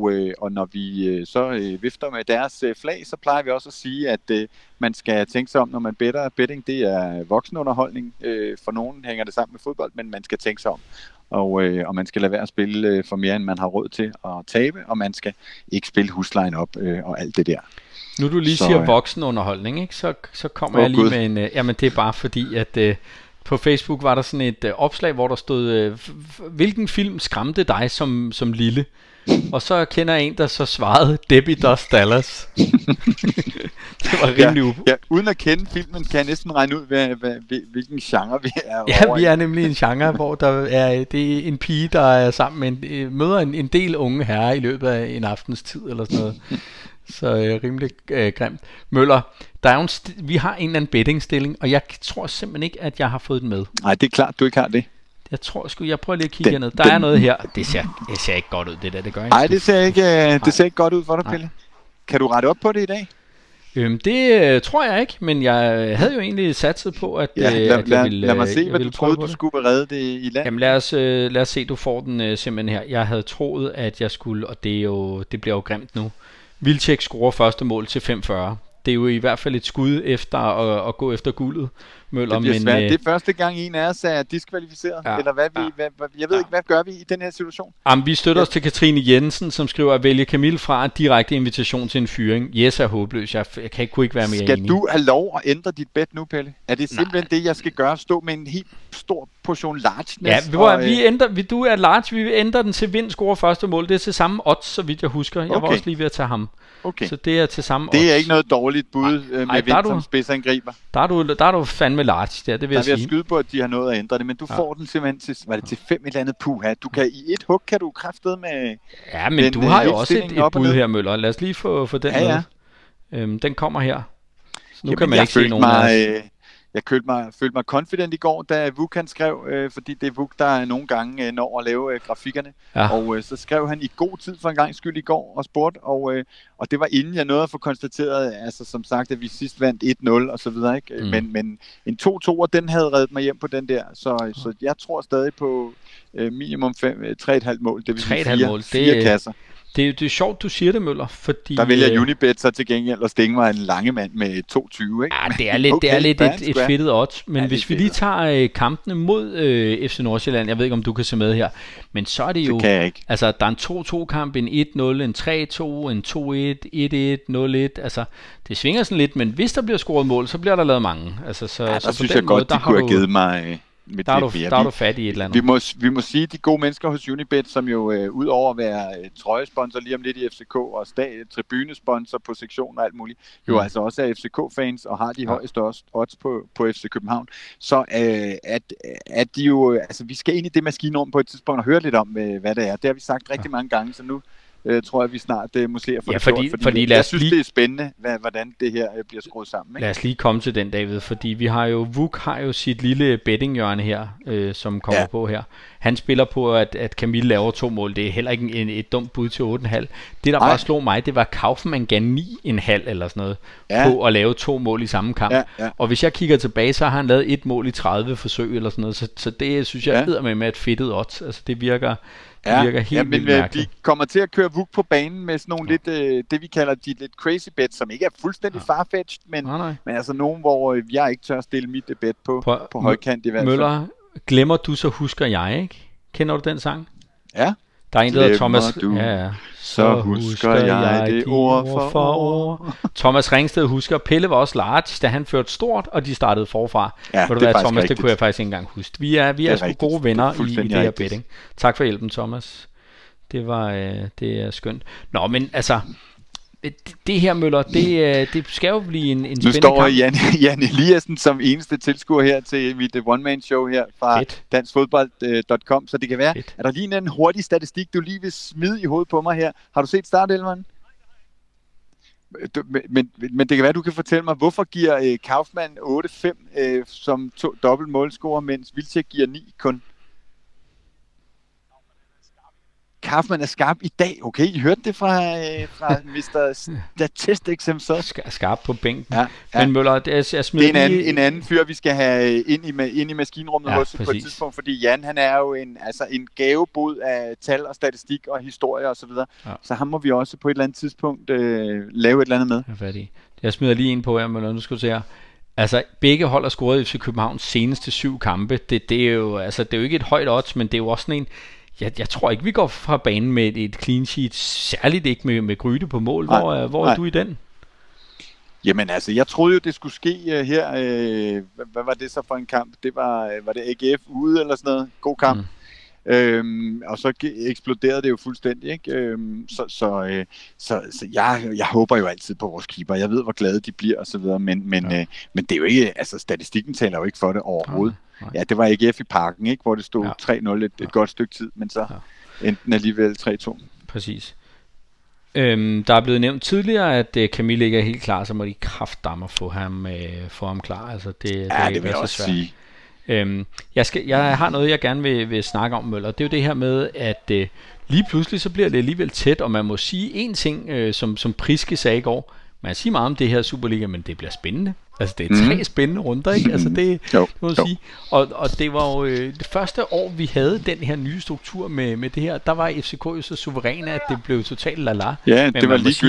Og når vi så vifter med deres flag, så plejer vi også at sige, at man skal tænke sig om, når man better. Betting, det er voksenunderholdning. For nogen hænger det sammen med fodbold, men man skal tænke sig om. Og man skal lade være at spille for mere, end man har råd til at tabe, og man skal ikke spille huslejen op og alt det der. Nu du lige siger voksenunderholdning, ikke? Så kommer jeg lige med en... Jamen det er bare fordi, at på Facebook var der sådan et opslag, hvor der stod, hvilken film skræmte dig som lille? Og så kender jeg en, der så svarede Debbie Does Dallas. Det var rimelig uden at kende filmen, kan jeg næsten regne ud, hvilken genre vi er over. Ja, vi er nemlig en genre, hvor det er en pige, der er sammen med møder en del unge herrer i løbet af en aftens tid, eller sådan noget. Så rimelig grimt. Møller, der er jo vi har en eller anden bettingstilling, og jeg tror simpelthen ikke, at jeg har fået den med. Nej, det er klart, du ikke har det. Jeg tror jeg prøver lige at kigge ned. Der er noget her. Det ser ikke godt ud, det der. Det gør ikke. Nej, det ser ikke godt ud for dig, Pelle. Kan du rette op på det i dag? Det tror jeg ikke, men jeg havde jo egentlig satset på, at jeg ville... Lad mig se, hvad du troede, du skulle redde det i land. Jamen lad os se, du får den simpelthen her. Jeg havde troet, at jeg skulle, og det bliver jo grimt nu. Wilczek scorer første mål til 5:40. Det er jo i hvert fald et skud efter at gå efter guldet. Møller. Det bliver men, svært. Det er første gang en af os er diskvalificeret, eller hvad jeg ved ikke, hvad gør vi i den her situation? Jamen, vi støtter os til Katrine Jensen, som skriver, at vælge Camille fra en direkte invitation til en fyring. Yes er håbløs. Jeg kunne ikke være mere enig. Skal du have lov at ændre dit bet nu, Pelle? Er det simpelthen det, jeg skal gøre? Stå med en helt stor portion largeness? Ja, du er large. Vi vil ændre den til vind, score første mål. Det er til samme odds, så vidt jeg husker. Jeg var også lige ved at tage ham. Okay. Så det er til samme odds. Det er ikke noget dårligt bud med vind som spidsangriber. Der er du fandme large, det vil jeg sige. Der vil jeg skyde på, at de har noget at ændre det, men du får den simpelthen til, var det til 5 et eller andet puha. Du kan i et hug, kan du kraftede med... Ja, men du har jo også et bud her, Møller. Lad os lige få den med. Den kommer her. Så nu kan man ikke se nogen af os. Jeg følte mig confident i går, da Vuk han skrev, fordi det er Vuk, der nogle gange når at lave grafikkerne. Ja. Og så skrev han i god tid for en gang skyld i går og spurgte, og det var inden jeg nåede at få konstateret, altså som sagt, at vi sidst vandt 1-0 og så videre, ikke? Men en 2-2'er, den havde reddet mig hjem på den der, så jeg tror stadig på minimum 3,5 mål, det vil sige 4 kasser. Det er sjovt, du siger det, Møller, fordi... Der vælger Unibet så til gengæld at stænge mig en lange mand med 2,20, ikke? Ja, det er lidt, okay, det er lidt et fedtet odds, men hvis vi lige tager kampene mod FC Nordsjælland, jeg ved ikke, om du kan se med her, men så er det jo... kan jeg ikke. Altså, der er en 2-2-kamp, en 1-0, en 3-2, en 2-1, 1-1, 0-1, altså, det svinger sådan lidt, men hvis der bliver scoret mål, så bliver der lavet mange. Altså, så der synes jeg godt, de kunne have givet mig... Der er du fat i et eller andet. Vi må sige, at de gode mennesker hos Unibet, som jo udover at være trøjesponsor lige om lidt i FCK og tribunesponsor på sektion og alt muligt, jo altså også er FCK-fans og har de højeste odds på FC København, så at de jo, altså vi skal ind i det maskinrum på et tidspunkt og høre lidt om, hvad det er. Det har vi sagt rigtig mange gange, så nu tror jeg, vi snart må se at få det gjort, fordi jeg synes, det er spændende, hvordan det her bliver skruet sammen. Ikke? Lad os lige komme til den, David, fordi vi har jo, Vuk har jo sit lille bettinghjørne her, som kommer på her. Han spiller på, at Camille laver 2 mål. Det er heller ikke et dumt bud til 8,5. Det, der bare slog mig, det var Kaufmann gav 9,5 eller sådan noget på at lave 2 mål i samme kamp. Og hvis jeg kigger tilbage, så har han lavet 1 mål i 30 forsøg eller sådan noget. Så det synes jeg med et fedtet odds. Altså det virker... Det virker helt vildt mærkeligt. Vi kommer til at køre Vuk på banen med sådan nogle lidt, det vi kalder de lidt crazy bets, som ikke er fuldstændig farfetched, men altså nogen, hvor jeg ikke tør at stille mit bet på højkant i hvert fald. Møller, glemmer du, så husker jeg, ikke? Kender du den sang? Ja. Der er en, der hedder Thomas... Så husker jeg det ord for ord. Thomas Ringsted husker, Pelle var også large, da han førte stort, og de startede forfra. Ja, det er Thomas, rigtigt. det kunne jeg faktisk ikke engang huske. Vi er sgu gode venner i det her betting. Tak for hjælpen, Thomas. Det er skønt. Nå, men altså... Det her, Møller, det skal jo blive en spændende kamp. Nu står Jan Eliassen som eneste tilskuer her til mit one-man-show her fra danskfodbold.com, så det kan være, er der lige en hurtig statistik, du lige vil smide i hovedet på mig her. Har du set startelveren? Men det kan være, du kan fortælle mig, hvorfor giver Kaufmann 8-5 som dobbelt målscorer, mens Wilczek giver 9 kun? Kaufmann er skarp i dag. Okay, I hørte det fra Mr. Statistics himself. Skarp på bænken. Ja. Men Møller, jeg smider det er en anden fyr, vi skal have ind i maskinrummet hos på et tidspunkt, fordi Jan, han er jo en gavebod af tal og statistik og historie og så videre. Ja. Så ham må vi også på et eller andet tidspunkt lave et eller andet med. Jeg smider lige en på her, Møller, nu skal du se her. Altså, begge hold har scoret i FC Københavns seneste 7 kampe. Det er jo ikke et højt odds, men det er jo også sådan en... Jeg tror ikke, vi går fra banen med et clean sheet, særligt ikke med Gryde på mål. Hvor er du i den? Jamen altså, jeg troede jo, det skulle ske her. Hvad var det så for en kamp? Det var det AGF ude eller sådan noget? God kamp. Og så eksploderede det jo fuldstændig, ikke? Så jeg håber jo altid på vores keeper. Jeg ved, hvor glade de bliver og så videre, men det er jo ikke, altså statistikken taler jo ikke for det overhovedet. Ja, det var AGF i Parken, ikke? Hvor det stod 3-0 et godt stykke tid, men så endte den alligevel 3-2. Præcis. Der er blevet nævnt tidligere, at Camille ikke er helt klar, så må de kraftedeme få ham klar. Altså, det vil jeg også sige. Jeg har noget, jeg gerne vil snakke om, Møller. Det er jo det her med, at lige pludselig så bliver det alligevel tæt, og man må sige en ting, som Priske sagde i går. Man siger meget om det her Superliga, men det bliver spændende. Altså, det er 3 spændende runder, ikke? Altså, det må man sige. Og det var jo det første år, vi havde den her nye struktur med det her. Der var FCK jo så suveræne, at det blev totalt lala. Ja, men det var ligegyldigt.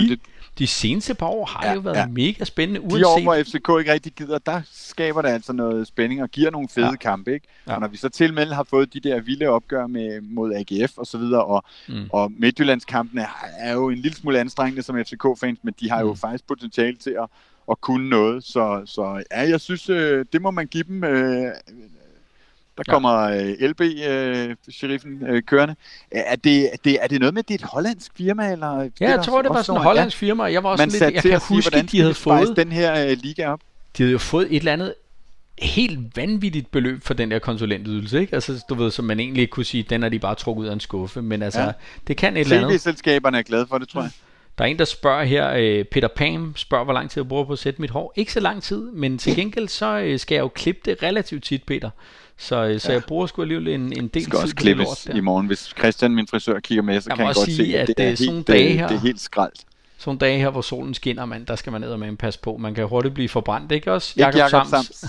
de seneste par år har jo været mega spændende, uanset... De år, hvor FCK ikke rigtig gider, der skaber det altså noget spænding og giver nogle fede kampe, ikke? Ja. Og når vi så til med har fået de der vilde opgør mod AGF og så videre, og Midtjyllandskampene er jo en lille smule anstrengende som FCK-fans, men de har jo faktisk potentiale til at kunne noget, så ja, jeg synes, det må man give dem... Der kommer LB-sheriffen kørende. Er det noget med, det er et hollandsk firma? Eller ja, jeg tror, det var sådan et hollandsk firma. Jeg var også lidt, jeg kan huske, at de havde fået den her liga op. De havde jo fået et eller andet helt vanvittigt beløb for den der konsulentydelse, ikke? Altså, du ved, som man egentlig ikke kunne sige, den er de bare trukket ud af en skuffe, men altså, det kan et eller andet. TV-selskaberne er glade for det, tror jeg. Der er en, der spørger her, Peter Pam spørger, hvor lang tid jeg bruger på at sætte mit hår. Ikke så lang tid, men til gengæld så skal jeg jo klippe det relativt tit, Peter. Så jeg bruger sgu alligevel en del tid. Det skal også klippes i morgen. Hvis Christian, min frisør, kigger med, så kan jeg godt se, at det er helt skraldt. Sådan dage her, hvor solen skinner, man, der skal man ned og med en pas på. Man kan hurtigt blive forbrændt, ikke også? Jakob Sams.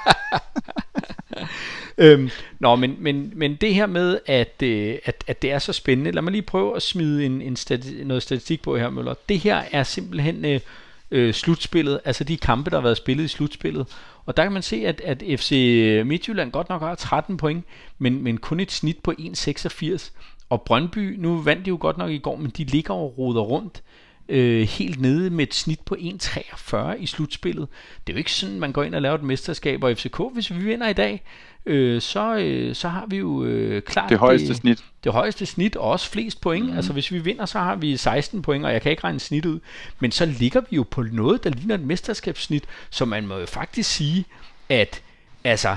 Men det her med, at det er så spændende. Lad mig lige prøve at smide noget statistik på her, Møller. Det her er simpelthen slutspillet, altså de kampe, der har været spillet i slutspillet. Og der kan man se, at FC Midtjylland godt nok har 13 point, men kun et snit på 1,86. Og Brøndby, nu vandt de jo godt nok i går, men de ligger og roder rundt helt nede med et snit på 1,43 i slutspillet. Det er jo ikke sådan, man går ind og laver et mesterskab, og FCK, hvis vi vinder i dag, så har vi jo klart det højeste snit. Det højeste snit, og også flest point. Altså hvis vi vinder, så har vi 16 point, og jeg kan ikke regne snit ud. Men så ligger vi jo på noget, der ligner et mesterskabssnit, så man må jo faktisk sige, at altså,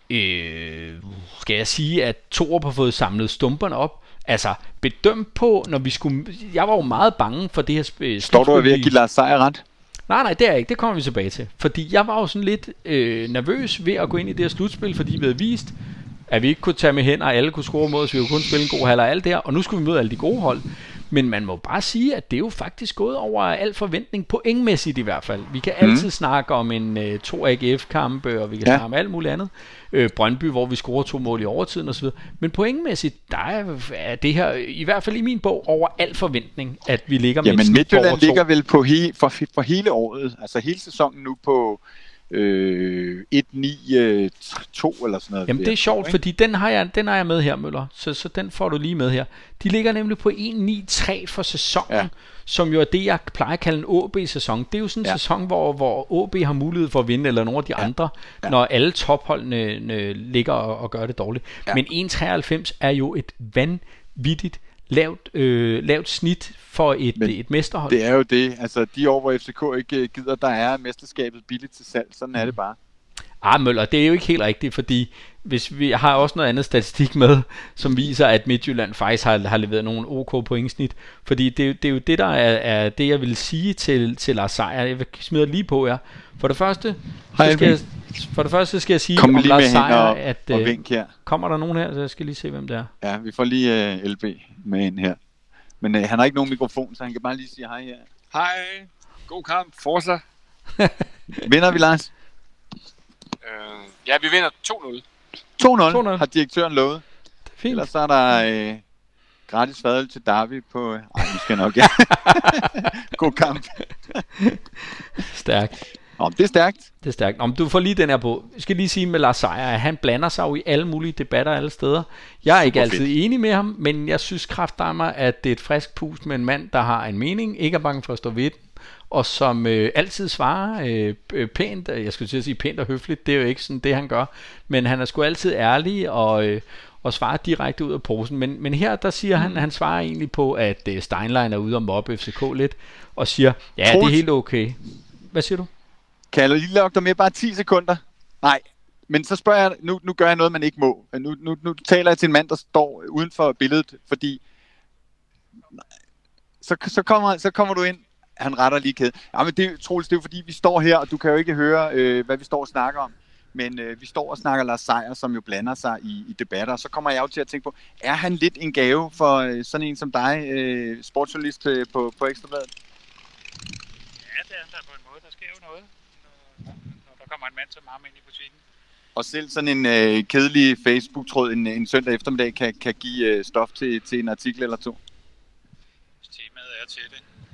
skal jeg sige, at Torup har fået samlet stumperne op. Altså, bedømt på, når vi skulle... Jeg var jo meget bange for det her slutspil. Står du ved at give Lars Seier ret? Nej, det er ikke. Det kommer vi tilbage til. Fordi jeg var jo sådan lidt nervøs ved at gå ind i det her slutspil, fordi vi havde vist, at vi ikke kunne tage med hænder, og alle kunne score mod os, vi kunne kun spille en god halv og alt det her, og nu skulle vi møde alle de gode hold. Men man må bare sige, at det er jo faktisk gået over al forventning, pointmæssigt i hvert fald. Vi kan altid snakke om en 2 AGF-kampe, og vi kan snakke om alt muligt andet. Brøndby, hvor vi scorer 2 mål i overtiden osv. Men pointmæssigt, der er det her, i hvert fald i min bog, over al forventning, at vi ligger med et snit over 2. Midtjylland ligger vel på for hele året, altså hele sæsonen nu på 1-9-2 eller sådan noget. Jamen det er sjovt, fordi den har jeg med her, Møller. Så den får du lige med her. De ligger nemlig på 1-9-3 for sæsonen, som jo er det, jeg plejer at kalde en AB-sæson. Det er jo sådan en sæson, hvor AB har mulighed for at vinde, eller nogle af de andre, når alle topholdene ligger og gør det dårligt. Men 1-93 er jo et vanvittigt lavt snit for et mesterhold. Det er jo det. Altså de år, hvor FCK ikke gider, der er mesterskabet billigt til salg. Sådan er det bare. Møller, det er jo ikke helt rigtigt, fordi hvis vi har også noget andet statistik med, som viser, at Midtjylland faktisk har leveret nogle OK pointsnit. Fordi det er jo det, der er det, jeg vil sige til Lars Seier. Jeg vil smide lige på jer. For det første skal jeg sige om Lars Seier, at kommer der nogen her, så jeg skal lige se, hvem det er. Ja, vi får lige LB med ind her. Men han har ikke nogen mikrofon, så han kan bare lige sige hej her. Hej, god kamp, Forza. Vinder vi, Lars? Ja, vi vinder 2-0. 2-0 har direktøren lovet. Fint. Ellers så er der gratis fadøl til Darby på... nu skal jeg nok, God kamp. Stærkt. Det er stærkt. Det er stærkt. Du får lige den her på. Jeg skal lige sige med Lars Seier, at han blander sig jo i alle mulige debatter alle steder. Jeg er ikke altid enig med ham, men jeg synes kraftedeme, at det er et frisk pust med en mand, der har en mening, ikke er bange for at stå ved den, og som altid svarer pænt, jeg skulle til at sige pænt og høfligt, det er jo ikke sådan det han gør, men han er sgu altid ærlig og svarer direkte ud af posen, men her der siger han svarer egentlig på, at Steinlein er ude og mobbe FCK lidt, og siger, ja, det er helt okay. Hvad siger du? Kan jeg lige lukke dig med bare 10 sekunder? Nej, men så spørger jeg, nu gør jeg noget, man ikke må. Nu taler jeg til en mand, der står uden for billedet, fordi så kommer du ind. Han retter lige kæde. Ja, men det, Troels, det er jo fordi, vi står her, og du kan jo ikke høre, hvad vi står og snakker om. Men vi står og snakker Lars Seier, som jo blander sig i debatter. Så kommer jeg jo til at tænke på, er han lidt en gave for sådan en som dig, sportsjournalist på Ekstra Bladet? Ja, det er der på en måde. Der sker jo noget, når der kommer en mand som ham ind i butikken. Og selv sådan en kedelig Facebook-tråd en søndag eftermiddag kan give stof til en artikel eller to? Temaet er til det.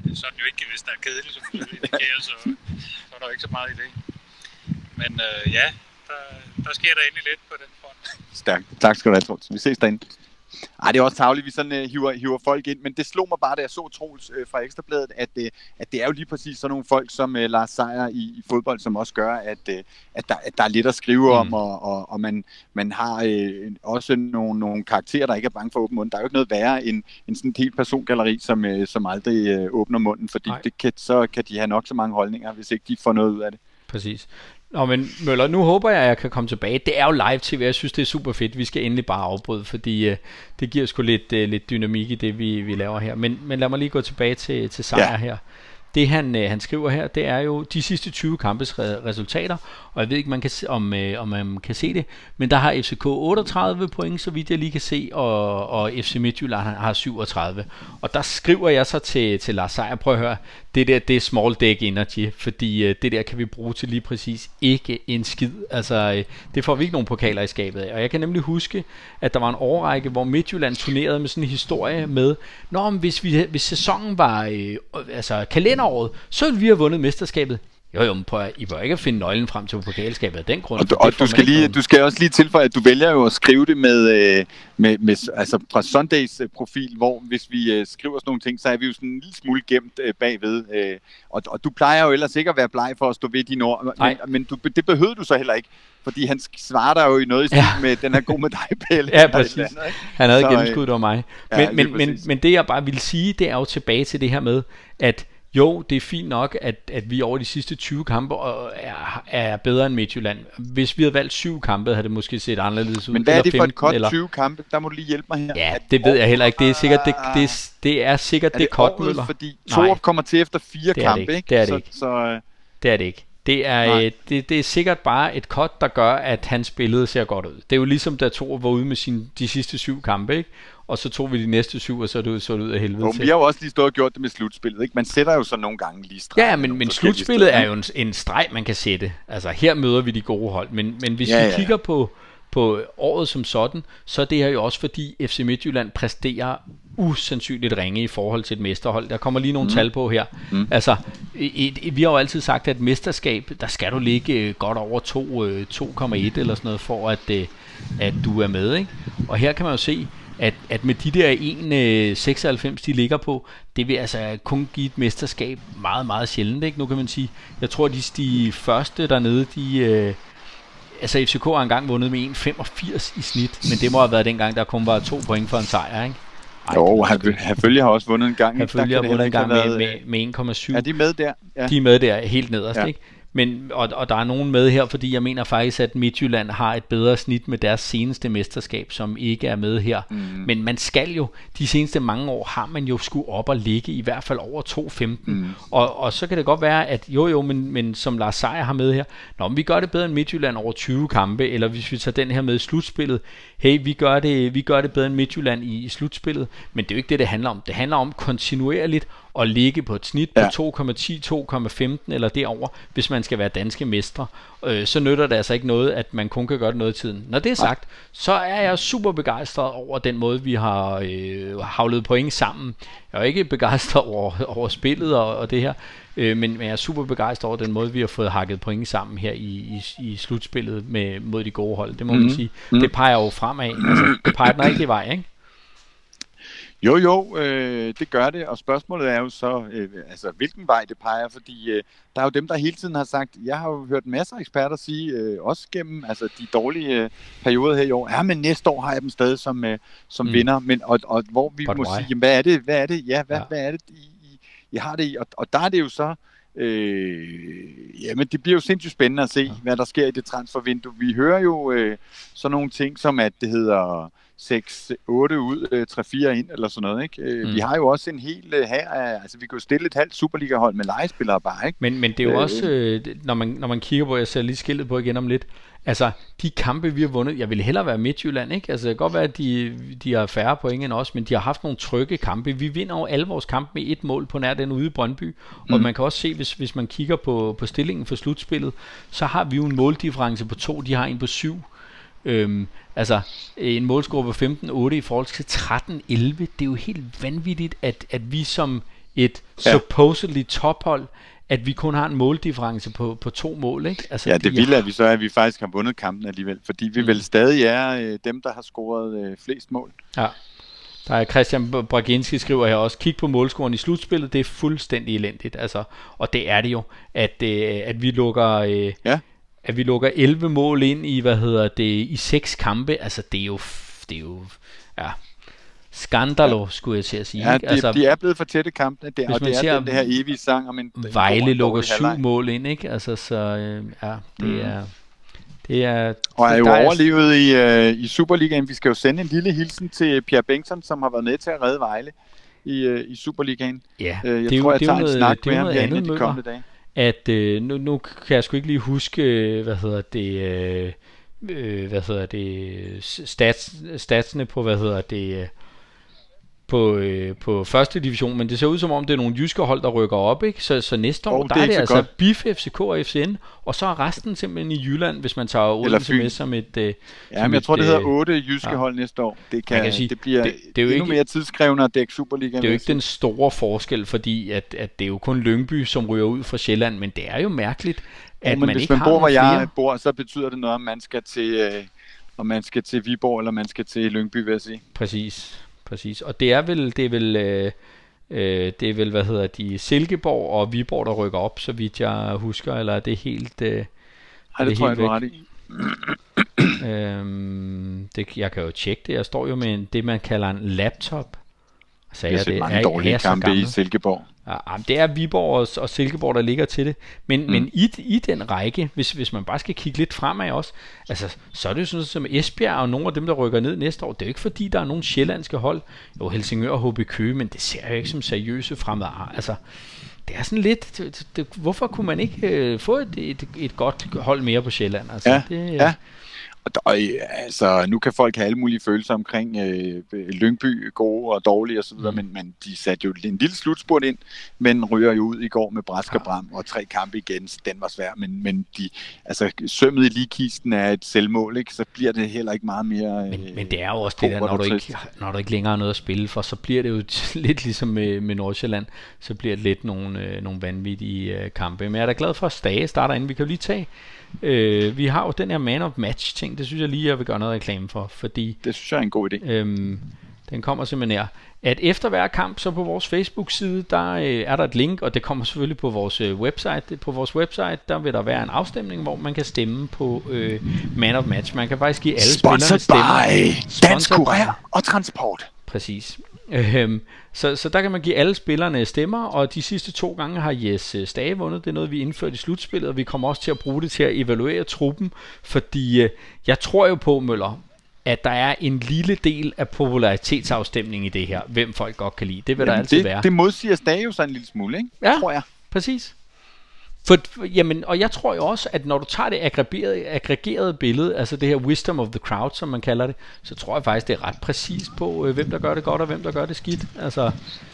sådan jo ikke, hvis der er kedeligt, som du indikerer, så er der jo ikke så meget i det. Men ja, der sker der endelig lidt på den front. Stærkt. Tak skal du have, Troels. Vi ses derinde. Ej, det er også tarveligt, vi sådan hiver folk ind, men det slog mig bare, da jeg så Troels fra Ekstrabladet, at det er jo lige præcis sådan nogle folk som Lars Seier i fodbold, som også gør, at der er lidt at skrive om, og man har også nogle karakterer, der ikke er bange for at åbne munden. Der er jo ikke noget værre end sådan et helt persongalleri, som aldrig åbner munden, fordi så kan de have nok så mange holdninger, hvis ikke de får noget ud af det. Præcis. Nå, men Møller, nu håber jeg, at jeg kan komme tilbage. Det er jo live tv, jeg synes, det er super fedt. Vi skal endelig bare afbryde, fordi det giver sgu lidt dynamik i det, vi laver her. Men lad mig lige gå tilbage til Seier her. Det han skriver her, det er jo de sidste 20 kampes resultater, og jeg ved ikke, om man kan se det, men der har FCK 38 point, så vidt jeg lige kan se, og FC Midtjylland har 37. Og der skriver jeg så til Lars Seier, prøv at høre, det er small deck energy, fordi det der kan vi bruge til lige præcis ikke en skid. Altså, det får vi ikke nogen pokaler i skabet af. Og jeg kan nemlig huske, at der var en årrække, hvor Midtjylland turnerede med sådan en historie med, hvis sæsonen var kalenderåret, så ville vi have vundet mesterskabet. Jo, men I bør ikke at finde nøglen frem til pokalskabet af den grund. Og du skal også lige tilføje, at du vælger jo at skrive det med altså fra Sundays profil, hvor hvis vi skriver sådan nogle ting, så er vi jo sådan en lille smule gemt bagved. Og du plejer jo ellers ikke at være bleg for at stå ved dine ord, men det behøvede du så heller ikke. Fordi han svarer der jo i noget i stil med, den er god med dig, Pelle. Ja, præcis. Andet, han havde gennemskuddet over mig. Men det jeg bare vil sige, det er jo tilbage til det her med, at jo, det er fint nok, at vi over de sidste 20 kampe er bedre end Midtjylland. Hvis vi havde valgt 7 kampe, havde det måske set anderledes ud. Men hvad er det for et kort 20 kampe? Der må du lige hjælpe mig her. Ja, det ved jeg heller ikke. Det er sikkert det kort, Møller. Fordi Torup kommer til efter 4 kampe, ikke? Det er det ikke. Det er det ikke. Det er sikkert bare et cut, der gør, at hans billede ser godt ud. Det er jo ligesom, da Torup var ude med de sidste 7 kampe, ikke? Og så tog vi de næste 7, og så det ud af helvede til. Vi har jo også lige stået og gjort det med slutspillet, ikke? Man sætter jo så nogle gange lige streg. Ja, men slutspillet er jo en streg, man kan sætte. Altså, her møder vi de gode hold. Men hvis vi kigger på året som sådan, så er det her jo også fordi FC Midtjylland præsterer usandsynligt ringe i forhold til et mesterhold. Der kommer lige nogle tal på her. Altså, vi har jo altid sagt, at et mesterskab, der skal du ligge godt over 2,1 eller sådan noget, for at du er med, ikke? Og her kan man jo se, at med de der 1,96 de ligger på, det vil altså kun give et mesterskab meget, meget sjældent, ikke? Nu kan man sige, jeg tror, de første dernede, altså FCK har engang vundet med 1,85 i snit, men det må have været dengang, der kun var 2 point for en sejr, ikke? Jo, Herfølge har også vundet en gang. Herfølge har vundet en gang med 1,7. Er de med der? Ja. De er med der, helt nederst, ikke? Men, og der er nogen med her, fordi jeg mener faktisk, at Midtjylland har et bedre snit med deres seneste mesterskab, som ikke er med her. Men man skal jo, de seneste mange år har man jo skulle op og ligge i hvert fald over 2,15. Og så kan det godt være, at men som Lars Seier har med her, vi gør det bedre end Midtjylland over 20 kampe, eller hvis vi tager den her med i slutspillet, hey, vi gør det bedre end Midtjylland i slutspillet, men det er jo ikke det handler om. Det handler om kontinuerligt at ligge på et snit på 2,10, 2,15 eller derover, hvis man skal være danske mestre. Så nytter det altså ikke noget, at man kun kan gøre det noget i tiden. Når det er sagt, så er jeg super begejstret over den måde, vi har havlet point sammen. Jeg er ikke begejstret over spillet og det her, men jeg er super begejstret over den måde, vi har fået hakket point sammen her i slutspillet mod de gode hold. Det må man sige. Det peger jo fremad. Altså, det peger den rigtige vej, ikke? Jo, det gør det, og spørgsmålet er jo så, hvilken vej det peger, fordi der er jo dem, der hele tiden har sagt, jeg har jo hørt masser af eksperter sige, også gennem de dårlige perioder her i år, men næste år har jeg dem stadig som vinder, men, og hvor vi må sige, jamen, hvad er det, hvad er det, I har det i, og der er det jo så, men det bliver jo sindssygt spændende at se, hvad der sker i det transfervindue. Vi hører jo sådan nogle ting som, at det hedder 6, 8 ud, 3, 4 ind, eller sådan noget, ikke? Vi har jo også en hel her, altså vi kan jo stille et halvt Superliga-hold med legespillere bare, ikke? Men det er jo også, når man kigger på, jeg ser lige skiltet på igen om lidt, altså de kampe vi har vundet, jeg vil hellere være Midtjylland, ikke? Altså det kan godt være, at de har færre point end os, men de har haft nogle trygge kampe. Vi vinder jo alle vores kampe med 1 mål på nær den ude i Brøndby, og man kan også se, hvis man kigger på stillingen for slutspillet, så har vi jo en måldifference på 2, de har en på 7. Altså en målscore på 15-8 i forhold til 13-11. Det er jo helt vanvittigt, at vi som et supposedly tophold, at vi kun har en måldifference på 2 mål, ikke? Altså, ja, det vilde er at vi faktisk har vundet kampen alligevel, fordi vi vel stadig er dem, der har scoret flest mål. Ja. Der er Christian Braginski skriver her også, kig på målscoren i slutspillet, det er fuldstændig elendigt, altså, og det er det jo, at vi lukker at vi lukker 11 mål ind i, i 6 kampe, altså det er jo skandalo, skulle jeg til at sige. Ja, ikke? Altså, de er blevet for tætte kampene, og det er den her evige sang om en Vejle lukker 7 mål ind, ikke? Altså, så det er og er jo overlevet i Superligaen. Vi skal jo sende en lille hilsen til Pierre Bengtsson, som har været med til at redde Vejle i Superligaen. Ja, jeg tror, jeg tager en snak med ham herinde de kommende dage. At nu kan jeg sgu ikke lige huske, statsene på på første division, men det ser ud som om det er nogle jyske hold, der rykker op, ikke? Så næste år, der er det altså BIF, FCK og FCN, og så er resten simpelthen i Jylland, hvis man tager Odense med som et... men jeg tror, det hedder 8 jyske hold næste år. Det bliver det endnu ikke, mere tidskrævende at dække Superligaen. Det er jo ikke den store forskel, fordi at det er jo kun Lyngby, som ryger ud fra Sjælland, men det er jo mærkeligt, at man ikke har hvor jeg bor, så betyder det noget, om man skal til Viborg, eller man skal til Lyngby, vil jeg sige. Præcis, og det er vel Silkeborg og Viborg, der rykker op, så vidt jeg husker, eller er det helt det tror jeg, du har ret i. Jeg kan jo tjekke det. Jeg står jo med det, man kalder en laptop. Så det er mange dårlige kampe i Silkeborg. Ja, det er Viborg og Silkeborg, der ligger til det. Men i den række, hvis man bare skal kigge lidt fremad også, altså, så er det jo sådan som Esbjerg og nogle af dem, der rykker ned næste år. Det er jo ikke fordi, der er nogle sjællandske hold. Jo, Helsingør og HB Køge, men det ser jo ikke som seriøse fremad. Altså, det er sådan lidt... hvorfor kunne man ikke få et godt hold mere på Sjælland? Altså, ja. Og altså, nu kan folk have alle mulige følelser omkring Lyngby, gode og dårlige osv., men de satte jo en lille slutspurt ind, men ryger jo ud i går med Brask og Bram og 3 kampe igen, så den var svær, men sømmet i ligekisten er et selvmål, ikke? Så bliver det heller ikke meget mere... Men det er jo også det der, når du ikke længere har noget at spille for, så bliver det jo lidt ligesom med Nordsjælland, så bliver det lidt nogle vanvittige kampe. Men jeg er da glad for, at Stage starter inden. Vi kan jo lige tage... vi har jo den her man of match ting. Det synes jeg lige, jeg vil gøre noget reklame for, fordi det synes jeg er en god idé. Den kommer simpelthen her, at efter hver kamp, så på vores Facebook-side, der er der et link, og det kommer selvfølgelig på vores website. På vores website, der vil der være en afstemning, hvor man kan stemme på man of match. Man kan faktisk give alle spillerne stemmer. Dansk Kurer og Transport. Præcis. Så der kan man give alle spillerne stemmer, og de sidste 2 gange har Jes Stage vundet. Det er noget, vi indførte i slutspillet, og vi kommer også til at bruge det til at evaluere truppen, fordi jeg tror jo på, Møller, at der er en lille del af popularitetsafstemning i det her, hvem folk godt kan lide. Det vil der altid være. Det modsiger Stage jo så en lille smule, ikke? Ja, tror jeg. Præcis. Og jeg tror jo også, at når du tager det aggregerede billede, altså det her wisdom of the crowd, som man kalder det, så tror jeg faktisk, det er ret præcist på, hvem der gør det godt, og hvem der gør det skidt. Altså,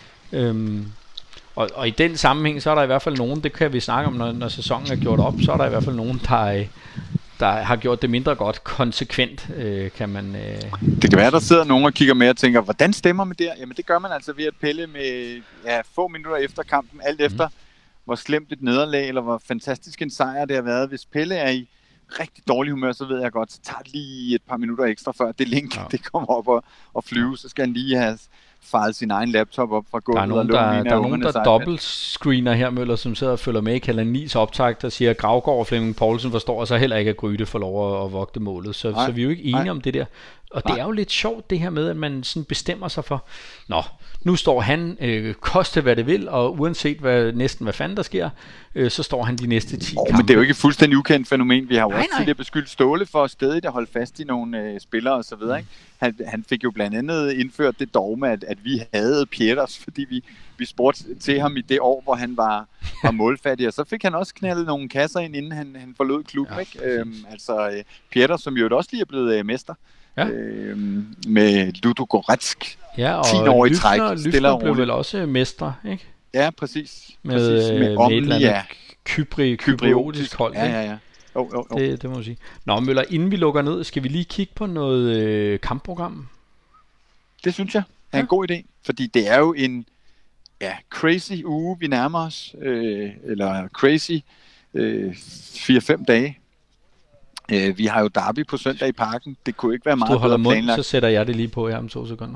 og i den sammenhæng, så er der i hvert fald nogen, det kan vi snakke om, når sæsonen er gjort op, så er der i hvert fald nogen, der har gjort det mindre godt konsekvent, kan man... Det kan være, der sidder nogen og kigger med og tænker, hvordan stemmer man der? Jamen det gør man altså ved at pille med få minutter efter kampen, alt efter hvor slemt et nederlag, eller hvor fantastisk en sejr det har været. Hvis Pelle er i rigtig dårlig humør, så ved jeg godt, så tager det lige et par minutter ekstra, før det link det kommer op og flyve. Så skal han lige have faret sin egen laptop op fra gulvet. Der er nogen, der dobbeltscreener her, Møller, som sidder og følger med i Kanal 9's optag, der siger, at Gravgaard og Flemming Poulsen forstår så heller ikke, at Gryde får lov at vogte målet. Så vi er jo ikke enige om det der. Og det er jo lidt sjovt, det her med, at man sådan bestemmer sig for, nu står han, koste hvad det vil, og uanset næsten hvad fanden der sker, så står han de næste 10 kampe. Men det er jo ikke et fuldstændig ukendt fænomen. Vi har jo også tidligere beskyldt Ståle for stadig at holde fast i nogle spillere og så videre, ikke? Han fik jo blandt andet indført det dogme, at vi havde Pieters, fordi vi spurgte til ham i det år, hvor han var målfattig, og så fik han også knaldet nogle kasser ind, inden han forlod klubben, ikke? Pieters, som jo også lige er blevet mester. Ja. Med Ludogorets 10 år i træk. Lyfter blev vel også mestre, ikke? Ja, præcis. Med Omnia. Kypriotisk hold, ikke? Ja. Jo. Det må man sige. Nå, Møller, inden vi lukker ned, skal vi lige kigge på noget kampprogram? Det synes jeg er en god idé, fordi det er jo crazy uge, vi nærmer os, eller crazy 4-5 dage. Vi har jo derby på søndag i Parken. Det kunne ikke være meget bedre planlagt. Så sætter jeg det lige på her om 2 sekunder.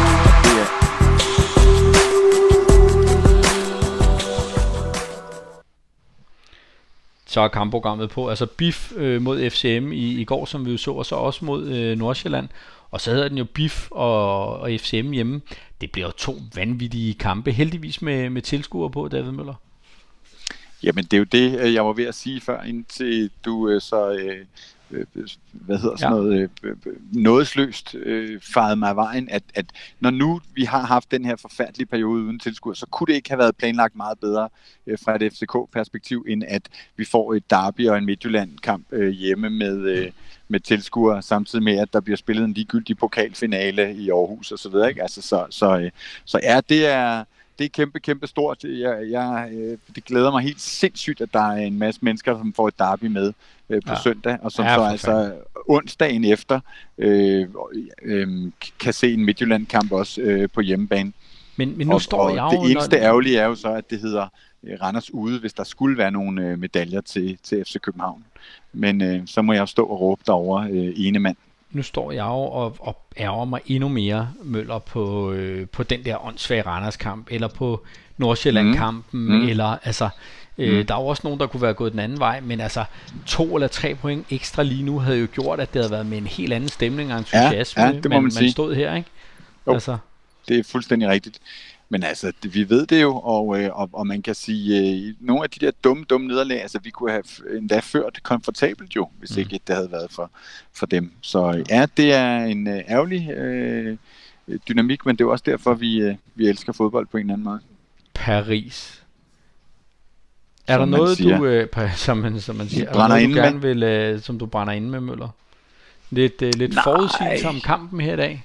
Så er kampprogrammet på. Altså BIF mod FCM i går, som vi jo så, og så også mod Nordsjælland. Og så hedder den jo BIF og FCM hjemme. Det bliver jo 2 vanvittige kampe, heldigvis med tilskuere på, David Møller. Jamen det er jo det, jeg var ved at sige før, indtil du nådesløst farede mig af vejen, at når nu vi har haft den her forfærdelige periode uden tilskuere, så kunne det ikke have været planlagt meget bedre fra et FCK-perspektiv, end at vi får et derby og en Midtjylland-kamp hjemme med tilskuere, samtidig med, at der bliver spillet en ligegyldig pokalfinale i Aarhus og så videre, ikke? Altså, så det er kæmpe stort. Det glæder mig helt sindssygt, at der er en masse mennesker, som får et derby med på søndag, og som så altså onsdagen efter kan se en Midtjylland-kamp også på hjemmebane. Men nu står jeg jo... Det eneste ærgerlige er jo så, at det hedder Randers ude, hvis der skulle være nogle medaljer til FC København. Men så må jeg stå og råbe derovre ene mand. Nu står jeg jo og ærger mig endnu mere, Møller, på den der åndssvage Randers-kamp, eller på Nordsjælland-kampen, eller altså... Der er jo også nogen, der kunne være gået den anden vej, men altså 2 eller 3 point ekstra lige nu havde jo gjort, at det havde været med en helt anden stemning og entusiasme, det må man sige. Man stod her, ikke? Jo, altså. Det er fuldstændig rigtigt. Men altså, vi ved det jo, og man kan sige, nogle af de der dumme nederlag, altså vi kunne have endda ført komfortabelt jo, hvis ikke det havde været for dem. Så ja, det er en ærgerlig dynamik, men det er også derfor, vi elsker fodbold på en eller anden måde. Paris. Er der noget, som man siger, er der noget, du gerne vil, som du brænder inde med, Møller? Lidt forudsigelse om kampen her i dag?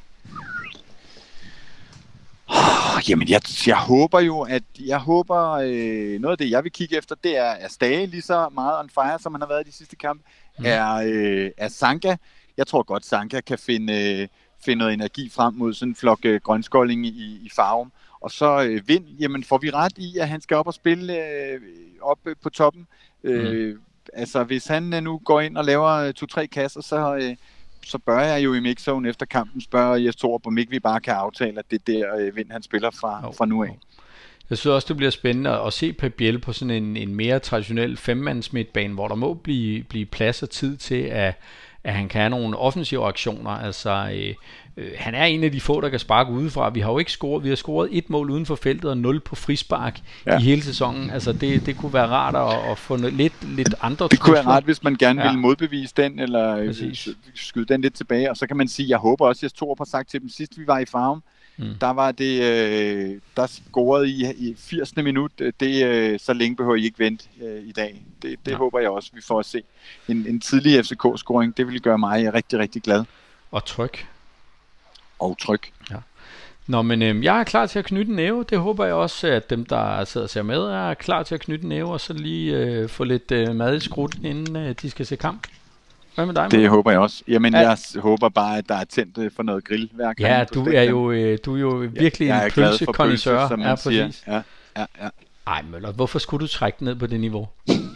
Jamen, jeg håber jo, noget af det, jeg vil kigge efter, det er Stage lige så meget on fire, som han har været i de sidste kampe, er Sanka. Jeg tror godt, Sanka kan finde noget energi frem mod sådan en flok grønskolding i Farum. Og så Vind, jamen får vi ret i, at han skal op og spille op på toppen. Altså hvis han nu går ind og laver 2-3 kasser, så bør jeg jo i mixzone efter kampen spørge Jes Torup, om ikke vi bare kan aftale, at det er der Vind han spiller fra nu af. Jeg synes også, det bliver spændende at se Pep Biel på sådan en mere traditionel 5-mands midtbane, hvor der må blive plads og tid til, at han kan have nogle offensive aktioner. Altså, han er en af de få, der kan sparke udefra. Vi har jo ikke scoret. Vi har scoret 1 mål uden for feltet og 0 på frispark i hele sæsonen. Altså, det kunne være rart at få lidt andre. Det kunne være rart, hvis man gerne ville modbevise den, eller skyde den lidt tilbage. Og så kan man sige, jeg håber også, at jeg har sagt til dem sidst, vi var i Farum. Der var det, der scorede i 80. minut. Så længe behøver I ikke vente i dag. Det håber jeg også, vi får at se. En tidlig FCK-scoring, det vil gøre mig rigtig, rigtig glad. Og tryg. Ja. Nå, men jeg er klar til at knytte en næve. Det håber jeg også, at dem, der sidder og ser med, er klar til at knytte en næve, og så lige få lidt mad i skrutten, inden de skal se kamp. Hvad med dig, Det håber jeg også. Jamen, jeg håber bare, at der er tændt for noget grillværk. Ja, du er jo virkelig en pølsekondisør. Som man siger. Ja. Ej, Møller, hvorfor skulle du trække ned på det niveau?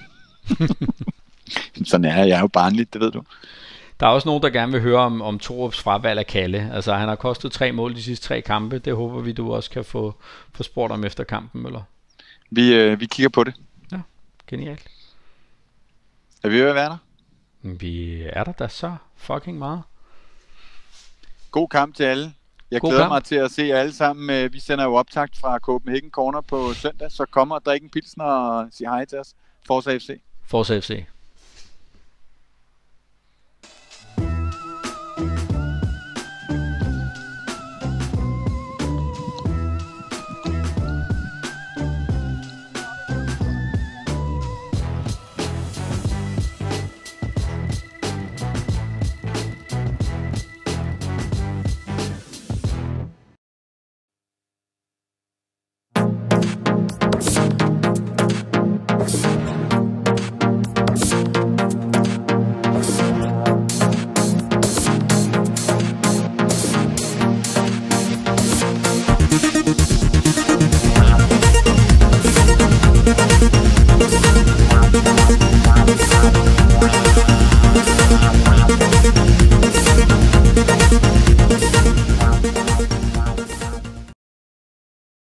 Sådan er jeg er jo barnligt, det ved du. Der er også nogen, der gerne vil høre om Torups fravalg af Kalle. Altså, han har kostet 3 mål de sidste 3 kampe. Det håber vi, du også kan få spurgt om efter kampen, Møller. Vi kigger på det. Ja, genialt. Er vi ved at være der? Vi er der da så fucking meget. God kamp til alle. Jeg glæder mig til at se jer alle sammen. Vi sender jo optakt fra Copenhagen Corner på søndag, så kom og drik en pilsner og sig hej til os. Forza FC. Forza FC.